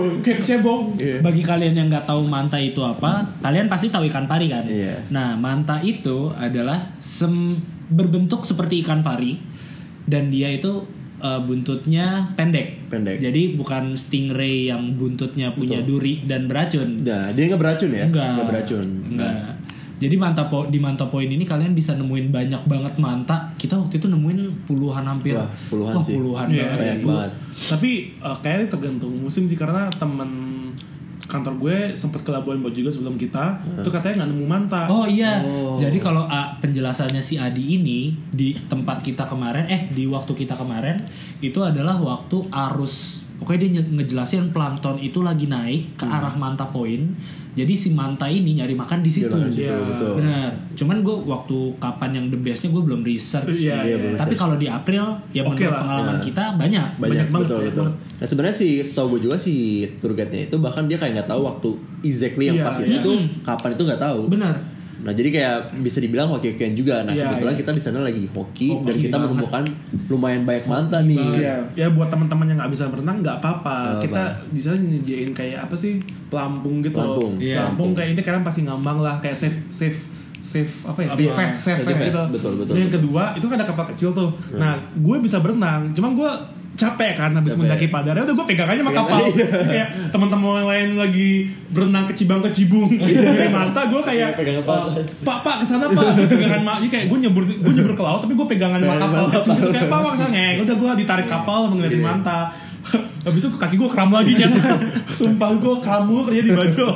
Bagi kalian yang nggak tahu Manta itu apa, kalian pasti tahu ikan pari kan. Nah, Manta itu adalah berbentuk seperti ikan pari dan dia itu buntutnya pendek. Jadi bukan stingray yang buntutnya punya duri dan beracun. Nah, dia nggak beracun ya? Nggak beracun. Jadi di Manta Point ini kalian bisa nemuin banyak banget manta. Kita waktu itu nemuin puluhan hampir. Puluhan banget sih. Banget. Tapi kayaknya tergantung musim sih, karena temen kantor gue sempet ke Labuan Bajo juga sebelum kita, itu katanya nggak nemu manta. Oh iya. Jadi kalau penjelasannya si Adi ini di tempat kita kemarin, di waktu kita kemarin itu adalah waktu arus. Pokoknya dia ngejelasin plankton itu lagi naik ke arah Manta Point. Jadi si Manta ini nyari makan di situ. Iya, benar. Cuman gue waktu kapan yang the bestnya gue belum research. Iya. Tapi kalau di April ya menurut pengalaman kita banyak banget. Betul. Nah sebenarnya sih setahu gue juga si tour guide-nya itu bahkan dia kayak nggak tahu waktu exactly yang pas itu kapan itu nggak taau. Benar. Nah jadi kayak bisa dibilang hoki-hokian juga. Nah kebetulan kita di sana lagi hoki dan kita menemukan lumayan banyak manta nih. Ya buat teman-teman yang nggak bisa berenang nggak apa-apa. Kita di sana nyediain kayak apa sih pelampung gitu. Pelampung kayak ini kalian pasti ngambang lah kayak safe apa ya? Safe gitu. Betul. Dan yang kedua itu kan ada kapal kecil tuh. Nah gue bisa berenang, cuman gue capek kan habis mendaki Padar. Udah gue pegang aja sama kapal. Kayak teman-teman lain lagi berenang ke Cibung dari Manta, gue kayak Pak kesana Pak. Pegangan mak, kayak gue nyebur ke laut tapi gue pegangan sama kapal kecil gitu kayak Pak kesana. Udah gue ditarik kapal ngeliatin Manta. Habis itu kaki gue kram lagi nyata. Sumpah gue kamu kerja di Bajo.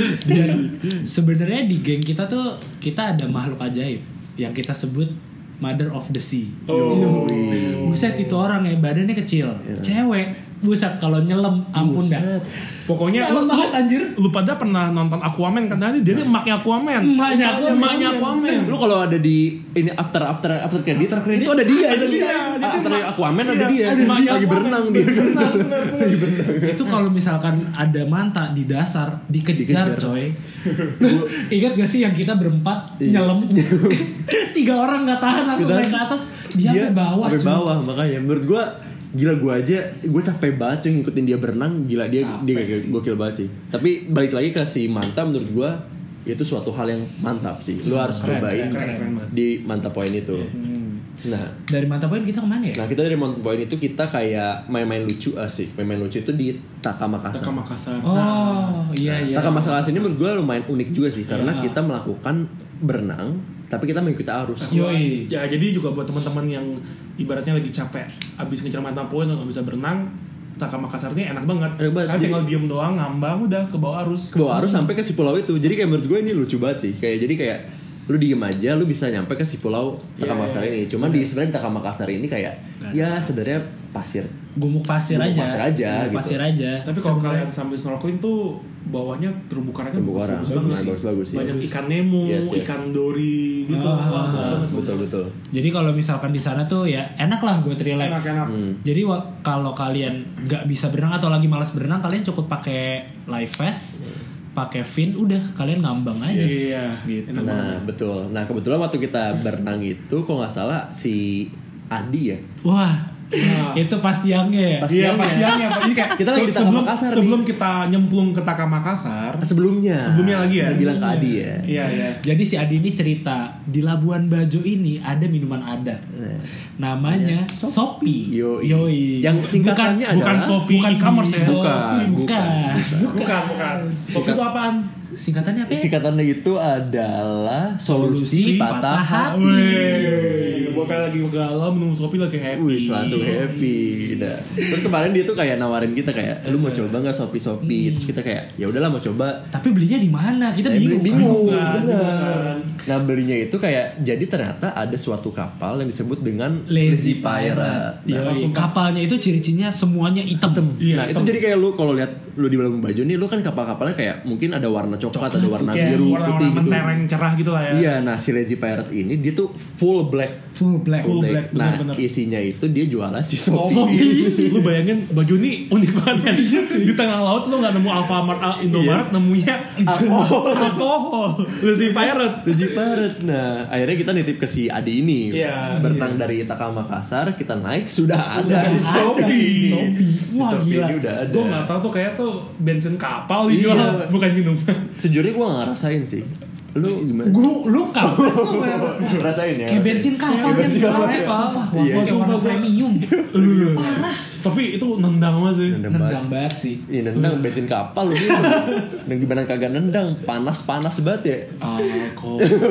Sebenarnya di geng kita tuh kita ada makhluk ajaib yang kita sebut Mother of the Sea. Buset itu orang ya badannya kecil, cewek. Buset kalau nyelam ampun dah. Pokoknya lu anjir. Lu pada pernah nonton Aquaman kan tadi? Dia emaknya Aquaman. Emaknya Aquaman. Lu kalau ada di ini after credit itu ada dia. After Aquaman ada dia. Lagi berenang dia. Itu kalau misalkan ada manta di dasar dikejar coy. Ingat gak sih yang kita berempat nyelam? 3 orang nggak tahan langsung naik ke atas. Dia sampai bawah. Makanya menurut gue gila, gue capek banget cuy ngikutin dia berenang. Gila dia gokil banget sih. Tapi balik lagi ke si Manta, menurut gue itu suatu hal yang mantap sih. Lu harus cobain di Manta Point itu. Nah dari Manta Point kita kemana ya? Nah kita dari Manta Point itu kita kayak main-main lucu asik. Main-main lucu itu di Takamakasan. Iya. Takamakasan ini menurut gue lumayan unik juga sih karena kita melakukan berenang tapi kita mengikuti arus. Ya jadi juga buat teman-teman yang ibaratnya lagi capek abis ngejar Manta Point nggak bisa berenang, Takamakasan ini enak banget. Kalian tinggal diem doang ngambang udah ke bawah arus. Ke bawah arus sampai ke si pulau itu. Jadi kayak menurut gue ini lucu banget sih. Kayak lu diem aja lu bisa nyampe ke si pulau Takamakasan ini. Cuman di sebenarnya Takamakasan ini kayak ya sebenarnya pasir. Gumuk pasir aja. Tapi kalau kalian sambil snorkeling tuh bawahnya terumbu karangnya bagus. Banyak ikan Nemo, ikan dori gitu. Betul. Jadi kalau misalkan di sana tuh ya enak lah buat relax. Enak. Jadi kalau kalian nggak bisa berenang atau lagi malas berenang, kalian cukup pakai life vest, pakai fin, udah kalian ngambang aja. Iya. Gitu. Nah betul. Nah kebetulan waktu kita berenang itu kalau nggak salah si Adi ya. Wah. Itu pas siangnya. Iya pas siangnya. Ini kayak kita lagi di Takamakasan sebelum kita nyemplung ke Takamakasan. Sebelumnya lagi ya. Kita bilang ke Adi ya. Iya. Jadi si Adi ini cerita di Labuan Bajo ini ada minuman adat. Namanya Sopi. Yoi. Yang singkatannya bukan Sopi e-commerce ya. Bukan. Sopi itu apaan? Singkatannya apa ya? Singkatannya itu adalah solusi patah hati. Gue lagi galau minum Sopi lagi happy. Langsung happy. Nah, terus kemarin dia tuh kayak nawarin kita kayak, lu mau coba nggak Sopi? Terus kita kayak, ya udahlah mau coba. Tapi belinya di mana? Kita bingung. Bener. Nah belinya itu kayak, jadi ternyata ada suatu kapal yang disebut dengan Lazy Pirate. Nah, kapalnya itu ciri-cirinya semuanya hitam. Nah itu jadi kayak lu kalau lihat lu di Labuan Bajo nih, lu kan kapal-kapalnya kayak mungkin ada warna coklat, ada warna biru, putih gitu. Mentereng cerah gitu lah ya. Iya, nah si Lazy Pirate ini dia tuh full black. Nah, bener. isinya itu dia jualan si Sopi. Lu bayangin Bajo ini unik banget. Di tengah laut lu enggak nemu Alfamart, Indomaret, nemunya alkohol. Lazy Pirate. Nah, akhirnya kita nitip ke si Adi ini. Berenang dari Takamakasan, kita naik sudah ada si Sopi. Wah gila. Ini udah ada. Gue nggak tahu tuh kayak tuh bensin kapal dijual, bukan minuman. Sejujurnya gue nggak ngerasain sih. Lu gimana? Lu kapal tuh rasain ya? Kayak bensin kapal kan. Sumpah premium. Parah. Tapi itu nendang banget sih. Nendang banget sih. Iya nendang bensin kapal lu. Dan gimana kagak nendang, panas banget ya.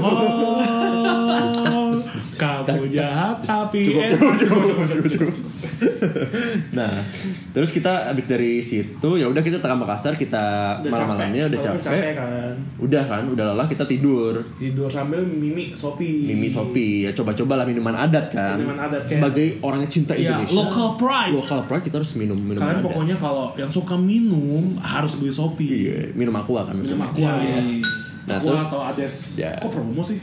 Kamu jahat tapi cukup. Nah, terus kita abis dari situ ya udah kita ke Makassar, kita malam-malamnya udah capek kan. Udah lelah, kita tidur Sambil Mimi Sopi. Ya coba-cobalah minuman adat kan. Sebagai orang yang cinta Indonesia. Local pride kita harus minum kalian adat. pokoknya kalau yang suka minum harus beli Sopi. Iya, minum aqua kan. Minum aqua ya. Nah, aqua terus atau Ades. Ya. Kok promo sih?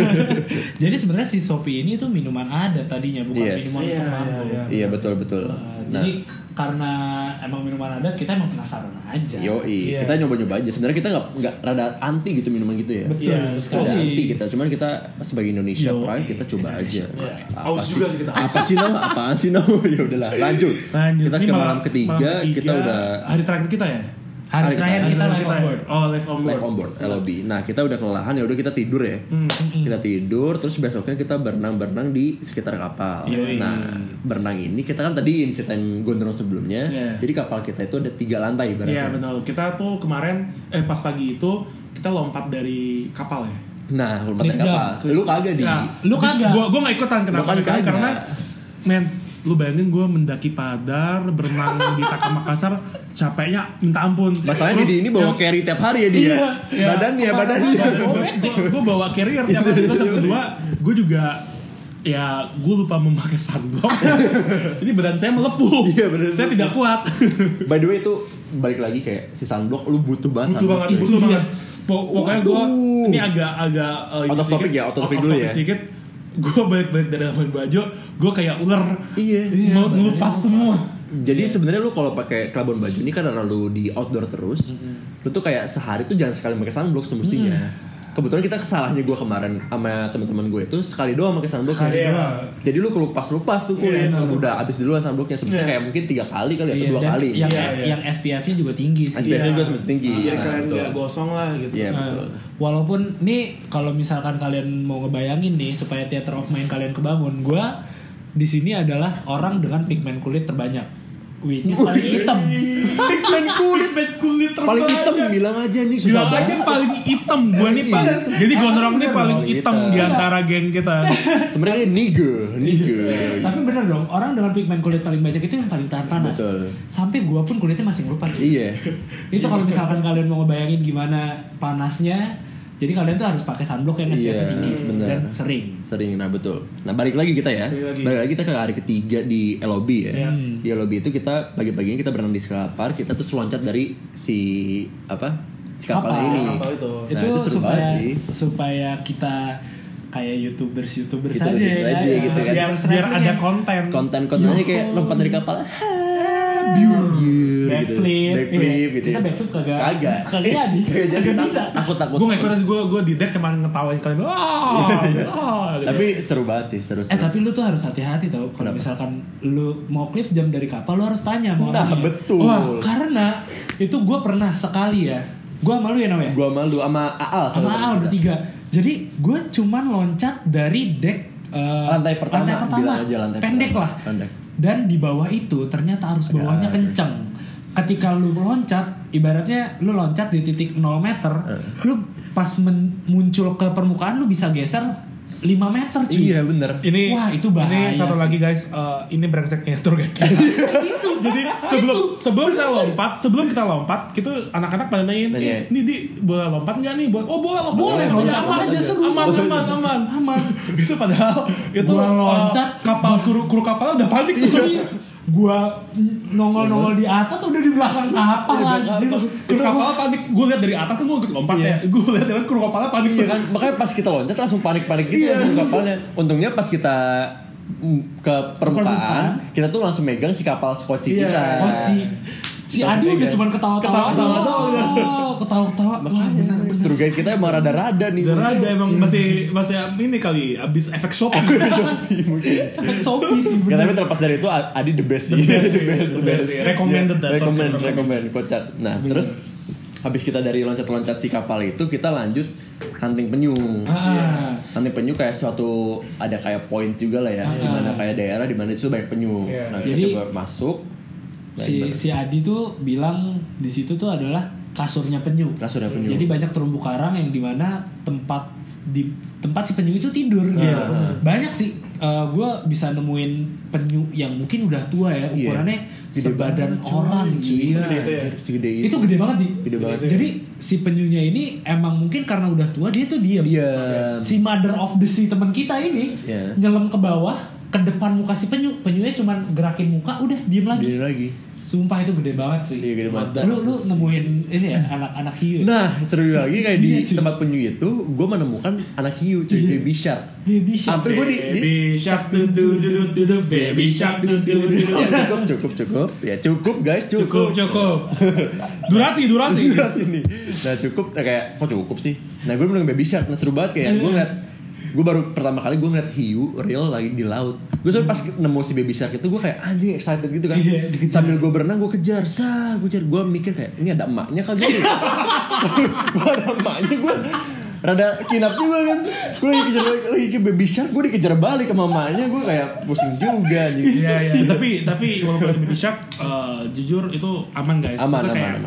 Jadi sebenarnya si Sopi ini tuh minuman adat tadinya, bukan minuman untuk mabuk. Iya, betul. Jadi karena emang minuman adat, kita emang penasaran aja. Kita nyoba-nyoba aja. Sebenarnya kita nggak rada anti gitu minuman gitu ya. Betul sekali. Rada anti kita, cuman kita sebagai Indonesia Pride kita coba aja. Aus juga sih kita. Apaan sih no? Ya udahlah, lanjut. Kita ke malam ketiga, kita udah hari terakhir kita ya. Hari terakhir kita live on board. Oh, live on board. LOB. Nah, kita udah kelelahan ya udah kita tidur ya. Kita tidur terus besoknya kita berenang di sekitar kapal. Nah, berenang ini kita kan tadi ceritain gondrong sebelumnya. Jadi kapal kita itu ada 3 lantai berarti. Iya, betul. Kita tuh kemarin pas pagi itu kita lompat dari kapal ya. Nah, lompat dari kapal. Lu kagak di. Lu kagak. Gua enggak ikutan kenapa? Karena lu bayangin gue mendaki Padar, berenang di Makassar, capeknya minta ampun. Masalahnya di ini bawa carry tiap hari ya dia. Badannya. Gue bawa carrier tiap hari. Terus yang kedua, gue juga gue lupa memakai sunblock. Jadi badan saya melepuh. Saya tidak kuat. By the way itu balik lagi kayak si sunblock lu butuh banget. Butuh banget. Pokoknya gue ini agak out of topic dulu ya. Gue balik dari Labuan Bajo, gue kayak ular, melupas semua. Jadi sebenarnya lu kalau pakai Labuan Bajo ini kan karena lu di outdoor terus, lu tuh kayak sehari tuh jangan sekali pakai sunblock semestinya. Kebetulan kita kesalahnya gue kemarin sama teman-teman gue itu sekali doang pakai sunblock. Jadi lu kelupas tuh kulit, udah habis duluan sunblocknya. Sebenarnya kayak mungkin 3 kali kali atau 2 kali. Yang SPF-nya juga tinggi sih. SPF-nya juga semakin tinggi. Jadi kalian nggak gosong lah gitu. Iya betul. Walaupun nih kalau misalkan kalian mau ngebayangin nih supaya theater of mind kalian kebangun, gue di sini adalah orang dengan pigmen kulit terbanyak. Which is paling hitam. Pigmen kulit terbanyak. Paling hitam bilang aja anjing susah banget. Bilang aja paling hitam gue nih Pak. Jadi gondrong nih paling hitam di antara geng kita. Sebenarnya nigger. Tapi bener dong, orang dengan pigmen kulit paling banyak itu yang paling tahan panas. Betul. Sampai gue pun kulitnya masih ngelupas. Iya. Itu kalau misalkan kalian mau ngebayangin gimana panasnya, jadi kalian tuh harus pakai sunblock yang SPF tinggi dan sering. Nah betul. Nah balik lagi kita ya. Balik lagi kita ke hari ketiga di LOB ya. Di LOB itu kita pagi-paginya kita berenang di Skapar. Kita tuh loncat dari si kapal ini. Itu supaya kita kayak YouTubers gitu aja ya. Gitu kan. Biar ada kontennya kayak lompat dari kapal. Backflip gitu. Kita backflip kagak jadi bisa. Takut. Gue nggak ikutan, gue di deck cuma ngetawain kalian. Tapi seru banget sih, seru. Tapi lu tuh harus hati-hati tau. Kalau misalkan lu mau cliff jam dari kapal, lu harus tanya mau orangnya. Nah betul. Wah, karena itu gue pernah sekali ya. Gue sama lu ya namanya. Gue sama lu sama Aal bertiga. Jadi gue cuman loncat dari deck lantai pertama. Pendek lah. Dan di bawah itu ternyata arus bawahnya kenceng. Ketika lu loncat, ibaratnya lu loncat di titik 0 meter, lu pas muncul ke permukaan lu bisa geser 5 meter cuy. Iya bener. Wah itu bahaya. Ini satu lagi guys, ini brengseknya tour guide kita. Jadi sebelum kita lompat, kita anak-anak pada nanyain, ini boleh lompat nggak nih? Boleh loncat aja seru. Aman. Itu padahal itu loncat, kapal kru kapalnya udah panik tuh. Gua nongol di atas udah di belakang kapal anjir. Kru kapal panik. Gue lihat dari atas kan gue lompat ya. Gue lihat dari kru kapalnya panik kan. Makanya pas kita loncat langsung panik gitu kru kapalnya. Untungnya pas kita ke permukaan kita tuh langsung megang si kapal skoci kita. Si Adi udah cuma ketawa-tawa. Bener. Tour guide kita emang rada-rada nih. Rada emang masih ini kali abis efek Shopee. Mungkin. Efek Shopee sih. Ya, tapi terlepas dari itu Adi the best sih. The best. Recommend. Kocak. Nah, terus habis kita dari loncat-loncat si kapal itu kita lanjut hunting penyu. Hunting penyu kayak suatu ada kayak point juga lah ya. Dimana kayak daerah dimana itu banyak penyu. Nah, kita coba masuk. Si Adi tuh bilang di situ tuh adalah kasurnya penyu. Jadi banyak terumbu karang yang dimana tempat di tempat si penyu itu tidur gitu. Banyak sih gue bisa nemuin penyu yang mungkin udah tua ya, ukurannya sebadan orang cuy. Segede itu gede banget nih. Gede banget. Jadi si penyunya ini emang mungkin karena udah tua dia tuh diam. Si mother of the sea teman kita ini nyelam ke bawah ke depan muka si penyunya cuman gerakin muka udah diem lagi. Sumpah itu gede banget sih. Iya, gede banget. Lu nemuin ini ya anak hiu. Nah, seru lagi kayak di tempat penyu itu, gue menemukan anak hiu, cuy, baby shark. Baby shark. Sampai gue baby shark baby shark cukup. Ya cukup guys, cukup. Durasi nih. Nah cukup, kayak kok cukup sih. Nah gue menemukan baby shark, nah seru banget kayak gue baru pertama kali gue ngeliat hiu real lagi di laut. Gue pas nemu si baby shark itu gue kayak anjing excited gitu kan. Sambil gue berenang gue kejar, gue mikir kayak ini ada emaknya kali. Gue ada emaknya, gue rada kinap juga kan. Gue lagi ke baby shark, gue dikejar balik sama mamanya, gue kayak pusing juga gitu. Iya. Tapi walaupun baby shark jujur itu aman guys. Aman.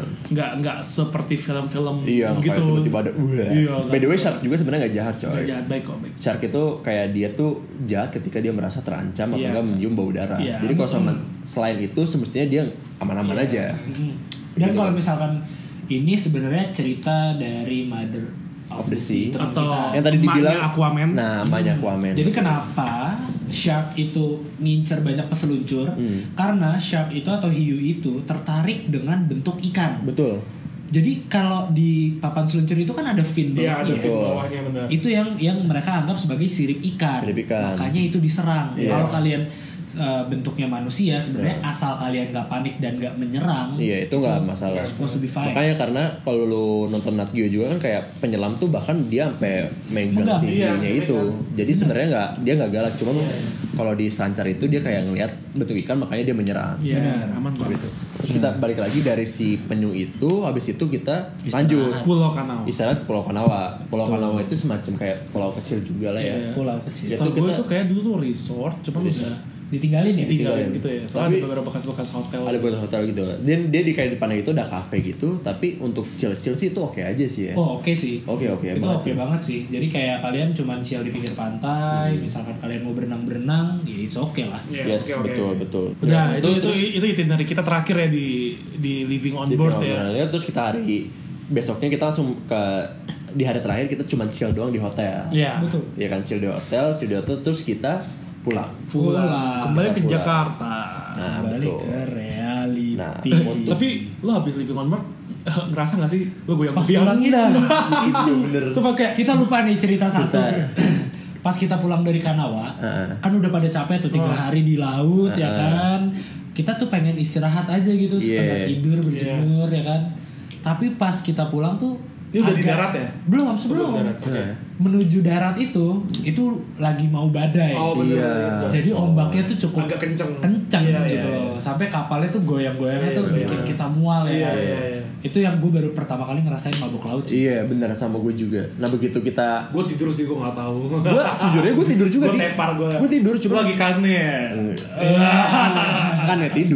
Nggak seperti film-film gitu. Kayak tiba-tiba ada. By the way shark juga sebenarnya nggak jahat coy. Nggak jahat, baik kok. Shark itu kayak dia tuh jahat ketika dia merasa terancam atau enggak mencium bau darah. Jadi kalau selain itu semestinya dia aman-aman aja. Dan kalau misalkan ini sebenarnya cerita dari Mother of the Sea atau yang tadi dibilang Aquaman. Nah, emaknya Aquaman. Jadi kenapa shark itu ngincer banyak peseluncur? Karena shark itu atau hiu itu tertarik dengan bentuk ikan. Betul. Jadi kalau di papan seluncur itu kan ada fin bawahnya. Iya, ada fin bawahnya benar. Itu yang mereka anggap sebagai sirip ikan. Makanya itu diserang. Kalau kalian bentuknya manusia sebenarnya asal kalian nggak panik dan nggak menyerang, itu nggak masalah. Makanya karena kalau lu nonton Nat Geo juga kan kayak penyelam tuh bahkan dia sampai megang si hiunya itu. Jadi sebenarnya dia nggak galak, cuma kalau di selancar itu dia kayak ngelihat bentuk ikan makanya dia menyerang. Iya, aman gitu. Terus kita balik lagi dari si penyu itu, habis itu kita lanjut Pulau Kanawa. Istirahat Pulau Kanawa. Pulau Kanawa itu semacam kayak pulau kecil juga lah ya. Pulau kecil. Setahu gue tuh kayak dulu tuh resort, cuma bisa ditinggalin gitu ya. Soalnya ada beberapa bekas hotel. Ada beberapa hotel gitu. Dan dia di kayak depannya itu ada cafe gitu, tapi untuk chill sih itu oke aja sih ya. Oh, oke sih. Oke. Itu oke banget sih. Jadi kayak kalian cuman chill di pinggir pantai, misalkan kalian mau berenang, ya it's oke lah. Yes, betul. Udah, itu itinerary kita terakhir ya di Living on Board ya. Terus kita hari besoknya kita langsung di hari terakhir kita cuma chill doang di hotel. Iya. Betul. Ya kan chill di hotel terus kita pulang kembali ke Jakarta. Kembali ke reality. Tapi lo habis Living on Board ngerasa gak sih lo goyang pas pulang itu bener. Coba kayak kita lupa nih cerita satu. Pas kita pulang dari Kanawa, kan udah pada capek tuh 3 hari di laut ya kan. Kita tuh pengen istirahat aja gitu, sekedar tidur berjemur ya kan. Tapi pas kita pulang tuh ini udah di darat ya? Belum, sebelum menuju darat itu lagi mau badai. Jadi ombaknya tuh cukup agak kenceng gitu loh. Sampai kapalnya tuh goyang-goyangnya tuh bikin kita mual ya. Itu yang gue baru pertama kali ngerasain mabuk laut sih. Iya benar, sama gue juga. Nah begitu kita gue tidur sih, gue nggak tahu. Gue sejujurnya gue tidur juga. Gue tidur cuma lagi kangen. Kangen tidur.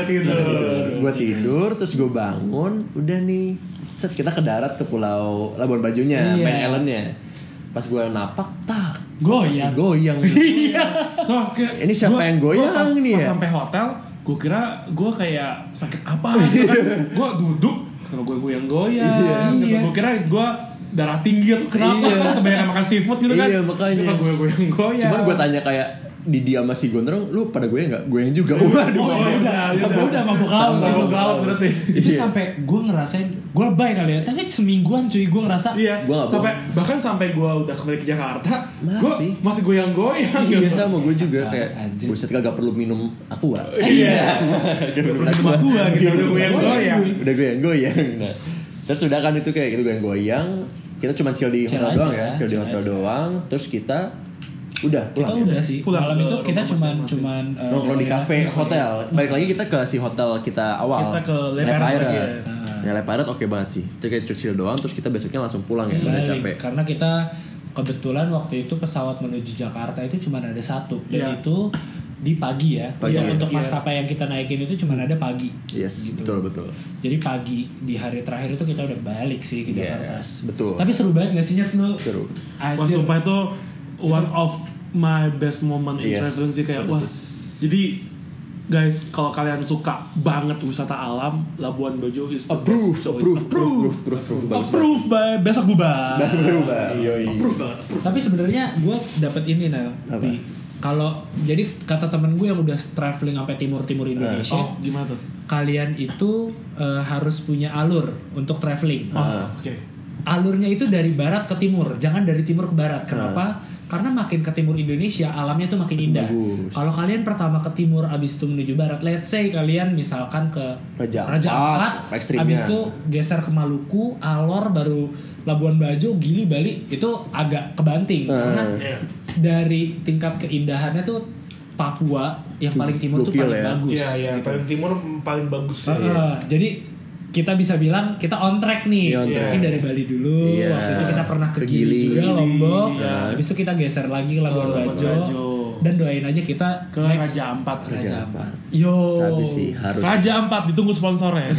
Gue tidur terus gue bangun, udah nih. Set kita ke darat ke Pulau Labuan Bajonya, main islandnya. Pas gue napak, goyang. Iya. Ini siapa yang goyang nih ya? Pas sampai hotel, gue kira gue kayak sakit apa gitu kan. Gue duduk, kenapa gue goyang-goyang. Gue kira gue darah tinggi atau kenapa. Kebanyakan makan seafood gitu kan. Iya makanya. Kenapa gue goyang-goyang. Cuman gue tanya kayak di dia masih Gondrong, lu pada goyang nggak? Goyang juga. Udah mabuk laut berarti. Itu sampai gue ngerasain, gue lebay kali ya. Tapi semingguan cuy gue ngerasa. Iya. Sampai gue udah kembali ke Jakarta, gue masih goyang-goyang. Iya sama gue juga kayak. Buset kagak perlu minum aqua. Iya. Gak perlu minum aqua gitu. Udah goyang. Nah, terus udah kan itu kayak gitu goyang-goyang. Kita cuma chill di hotel doang ya. Chill di hotel doang. Terus kita udah pulang. Kita udah sih. Malam itu kita cuman nongkrong di cafe hotel. Balik lagi kita ke si hotel kita awal. Kita ke Le Pirate. Ya Le Pirate oke banget sih. Kita chill doang terus kita besoknya langsung pulang ya. Udah capek. Karena kita kebetulan waktu itu pesawat menuju Jakarta itu cuma ada satu dan itu di pagi ya. Pagi, untuk ya. maskapai yang kita naikin itu cuma ada pagi. Yes, gitu. betul. Jadi pagi di hari terakhir itu kita udah balik sih ke Jakarta. Yes, betul. Tapi seru banget gak sih Nyet lu? Seru. Wah sumpah itu one of my best moment in traveling sih kayak wah. Jadi guys kalau kalian suka banget wisata alam, Labuan Bajo is the best choice. Approve by besok bubar. Tapi sebenarnya gue dapet ini kalau jadi kata temen gue yang udah traveling sampai timur Indonesia, gimana tuh? Kalian itu harus punya alur untuk traveling. Oke. Alurnya itu dari barat ke timur, jangan dari timur ke barat. Kenapa? Karena makin ke timur Indonesia alamnya tuh makin indah. Kalau kalian pertama ke timur abis itu menuju barat, let's say kalian misalkan ke Raja Ampat, abis itu geser ke Maluku, Alor, baru Labuan Bajo, Gili, Bali, itu agak kebanting karena dari tingkat keindahannya tuh Papua yang paling timur tuh paling bagus. Iya, gitu. Paling timur paling bagus. Jadi kita bisa bilang kita on track nih. Mungkin dari Bali dulu. Waktu itu kita pernah ke Gili juga, Lombok. Habis itu kita geser lagi ke Labuan Bajo. Dan doain aja kita ke Raja Ampat. Yo. Sabi sih harus. Raja Ampat ditunggu sponsornya.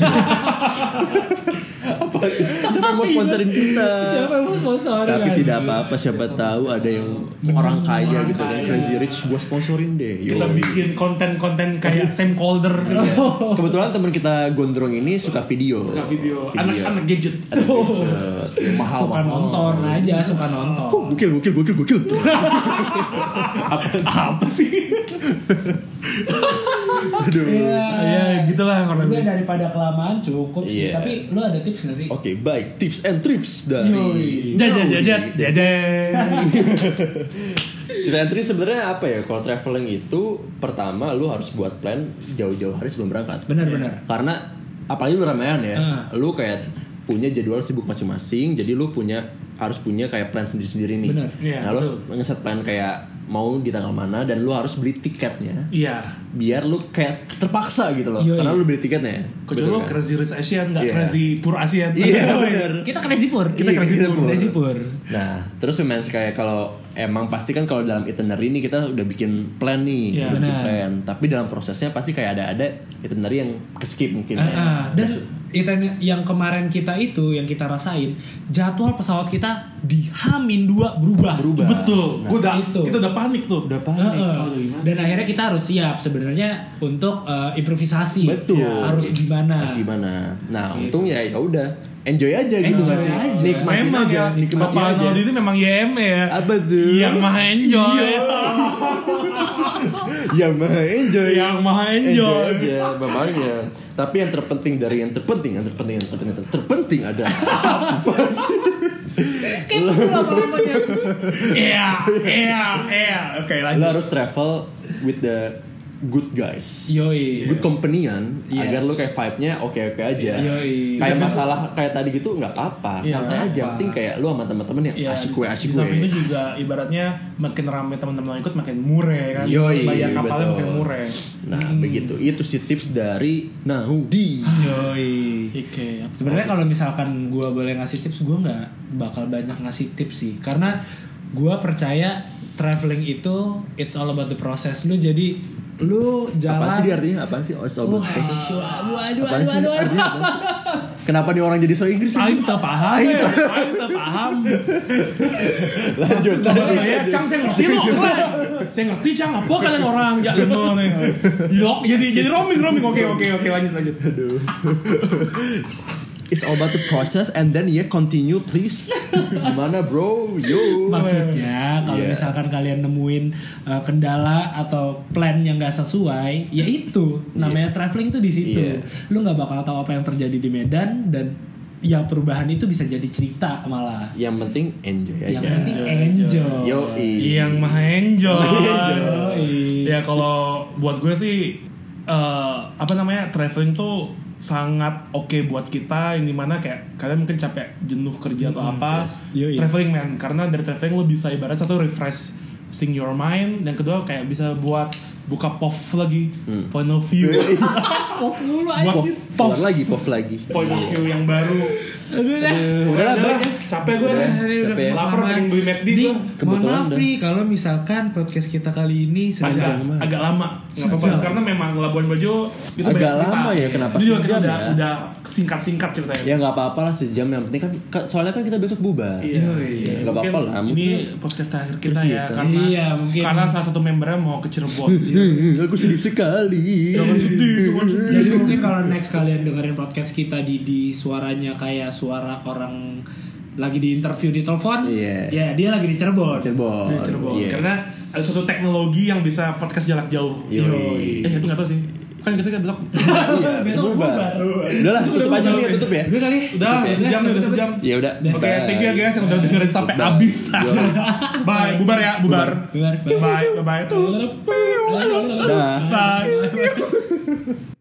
Apa sih? Siapa yang mau sponsorin kita? Siapa yang mau sponsorin? Tapi tidak apa-apa, siapa tahu ada yang orang kaya gitu kan, Crazy Rich, gua sponsorin deh. Kita bikin konten-konten kayak Sam Calder gitu. Kebetulan teman kita Gondrong ini suka video. Anak-anak gadget. Mahal. Suka nonton aja, suka nonton. Gokil. Apa sih? Aduh. Ya gitulah kurang lebih. Daripada kelamaan cukup sih. Tapi lu ada tips gak sih? Oke, baik. Tips and trips dari Jajan. Tips and trips sebenarnya apa ya? Kalau traveling itu pertama lu harus buat plan jauh-jauh hari sebelum berangkat. Benar. Karena apalagi lu ramean ya. Lu kayak punya jadwal sibuk masing-masing, jadi lu harus punya kayak plan sendiri-sendiri nih. Benar. Nah, lu ngeset plan kayak mau di tanggal mana dan lu harus beli tiketnya. Iya. Biar lu kayak terpaksa gitu loh. Karena lu beli tiketnya. Kecuali lu Crazy Rich Asian, enggak Crazy Pur Asian. Iya, benar. Kita Crazy Pur. Nah, terus men kayak kalau emang pasti kan kalau dalam itinerary ini kita udah bikin plan nih, plan. Tapi dalam prosesnya pasti kayak ada itinerary yang ke-skip mungkin. Dan yang kemarin kita itu yang kita rasain, jadwal pesawat kita di H-2 berubah. Betul. Nah, kita udah panik tuh. Dan akhirnya kita harus siap sebenarnya untuk improvisasi. Betul. Harus gimana? Nah, untung ya udah enjoy aja gitu masih. Nikmatin aja. Bapak Arnold itu memang YM ya. Apa tuh? Yang maha enjoy. Yang maha enjoy aja bapaknya. Tapi yang terpenting ada. Oke, lanjut. Lo harus travel with the good guys, good company-an, agar lu kayak vibe-nya oke aja. Kayak masalah kayak tadi gitu nggak apa-apa, santai aja. Penting kayak lu sama teman-teman yang asik gue. Di samping itu juga ibaratnya makin ramai teman-teman yang ikut makin murah kan. Bayar kapalnya makin murah. Nah begitu. Itu sih tips dari Nahudi. Sebenarnya kalau misalkan gue boleh ngasih tips, gue nggak bakal banyak ngasih tips sih, karena gue percaya traveling itu it's all about the process. Lu jadi lu jalan. Apaan sih dia artinya? Apaan sih? Waduh. Kenapa nih orang jadi so Inggris? Aing tak paham. Lanjut. Ya, Cang saya ngerti loh. Saya ngerti Cang, apa kalian orang jangan nih. Jadi roaming. Oke, lanjut. Aduh. It's all about the process and then continue please. Gimana bro? Yo. Maksudnya kalau misalkan kalian nemuin kendala atau plan yang nggak sesuai, ya itu namanya traveling tuh di situ. Lu nggak bakal tahu apa yang terjadi di Medan, dan ya perubahan itu bisa jadi cerita malah. Yang penting enjoy aja. Yang penting enjoy. Yang maha enjoy. Ya kalau buat gue sih traveling tuh sangat oke buat kita, yang dimana kayak kalian mungkin capek jenuh kerja atau apa, traveling man, karena dari traveling lo bisa ibarat satu refreshing your mind, dan kedua kayak bisa buat buka POV lagi, point of view. Pop mulu anjir. Pop lagi. Point of view yang baru. Aduh dah. Udah lah, Capek gue dah. capek. Lapar pengen beli McD gue. Mohon Kebetulan maaf dah. nih kalau misalkan podcast kita kali ini Agak lama. Enggak apa-apa karena memang Labuan Bajo itu Agak banyak cerita. lama ya, kenapa Itu juga sejam kita ya? udah singkat-singkat ceritanya. Ya nggak apa-apa lah sejam, yang penting kan soalnya kan kita besok bubar. Iya. Nggak apa-apa lah. Ini podcast terakhir kita ya karena Iya, mungkin. karena salah satu membernya mau ke Cirebon. Aku sedih sekali. Jangan sedih. Jadi mungkin kalau next kalian dengerin podcast kita di suaranya kayak suara orang lagi di interview di telepon, Iya. ya dia lagi di Cirebon. Di Cirebon. Iya. Karena ada suatu teknologi yang bisa podcast jarak jauh. Yoi. Aku nggak tahu sih. Kan kita kan besok. Iya, Besok bubar. Udah lah, tutup aja nih, tutup ya. Udah kali. Udah sejam. Ya udah. Oke, thank you ya guys yang udah dengerin sampai habis. Bye, bubar ya, bubar. Bubar. Bye. Dah. Bye.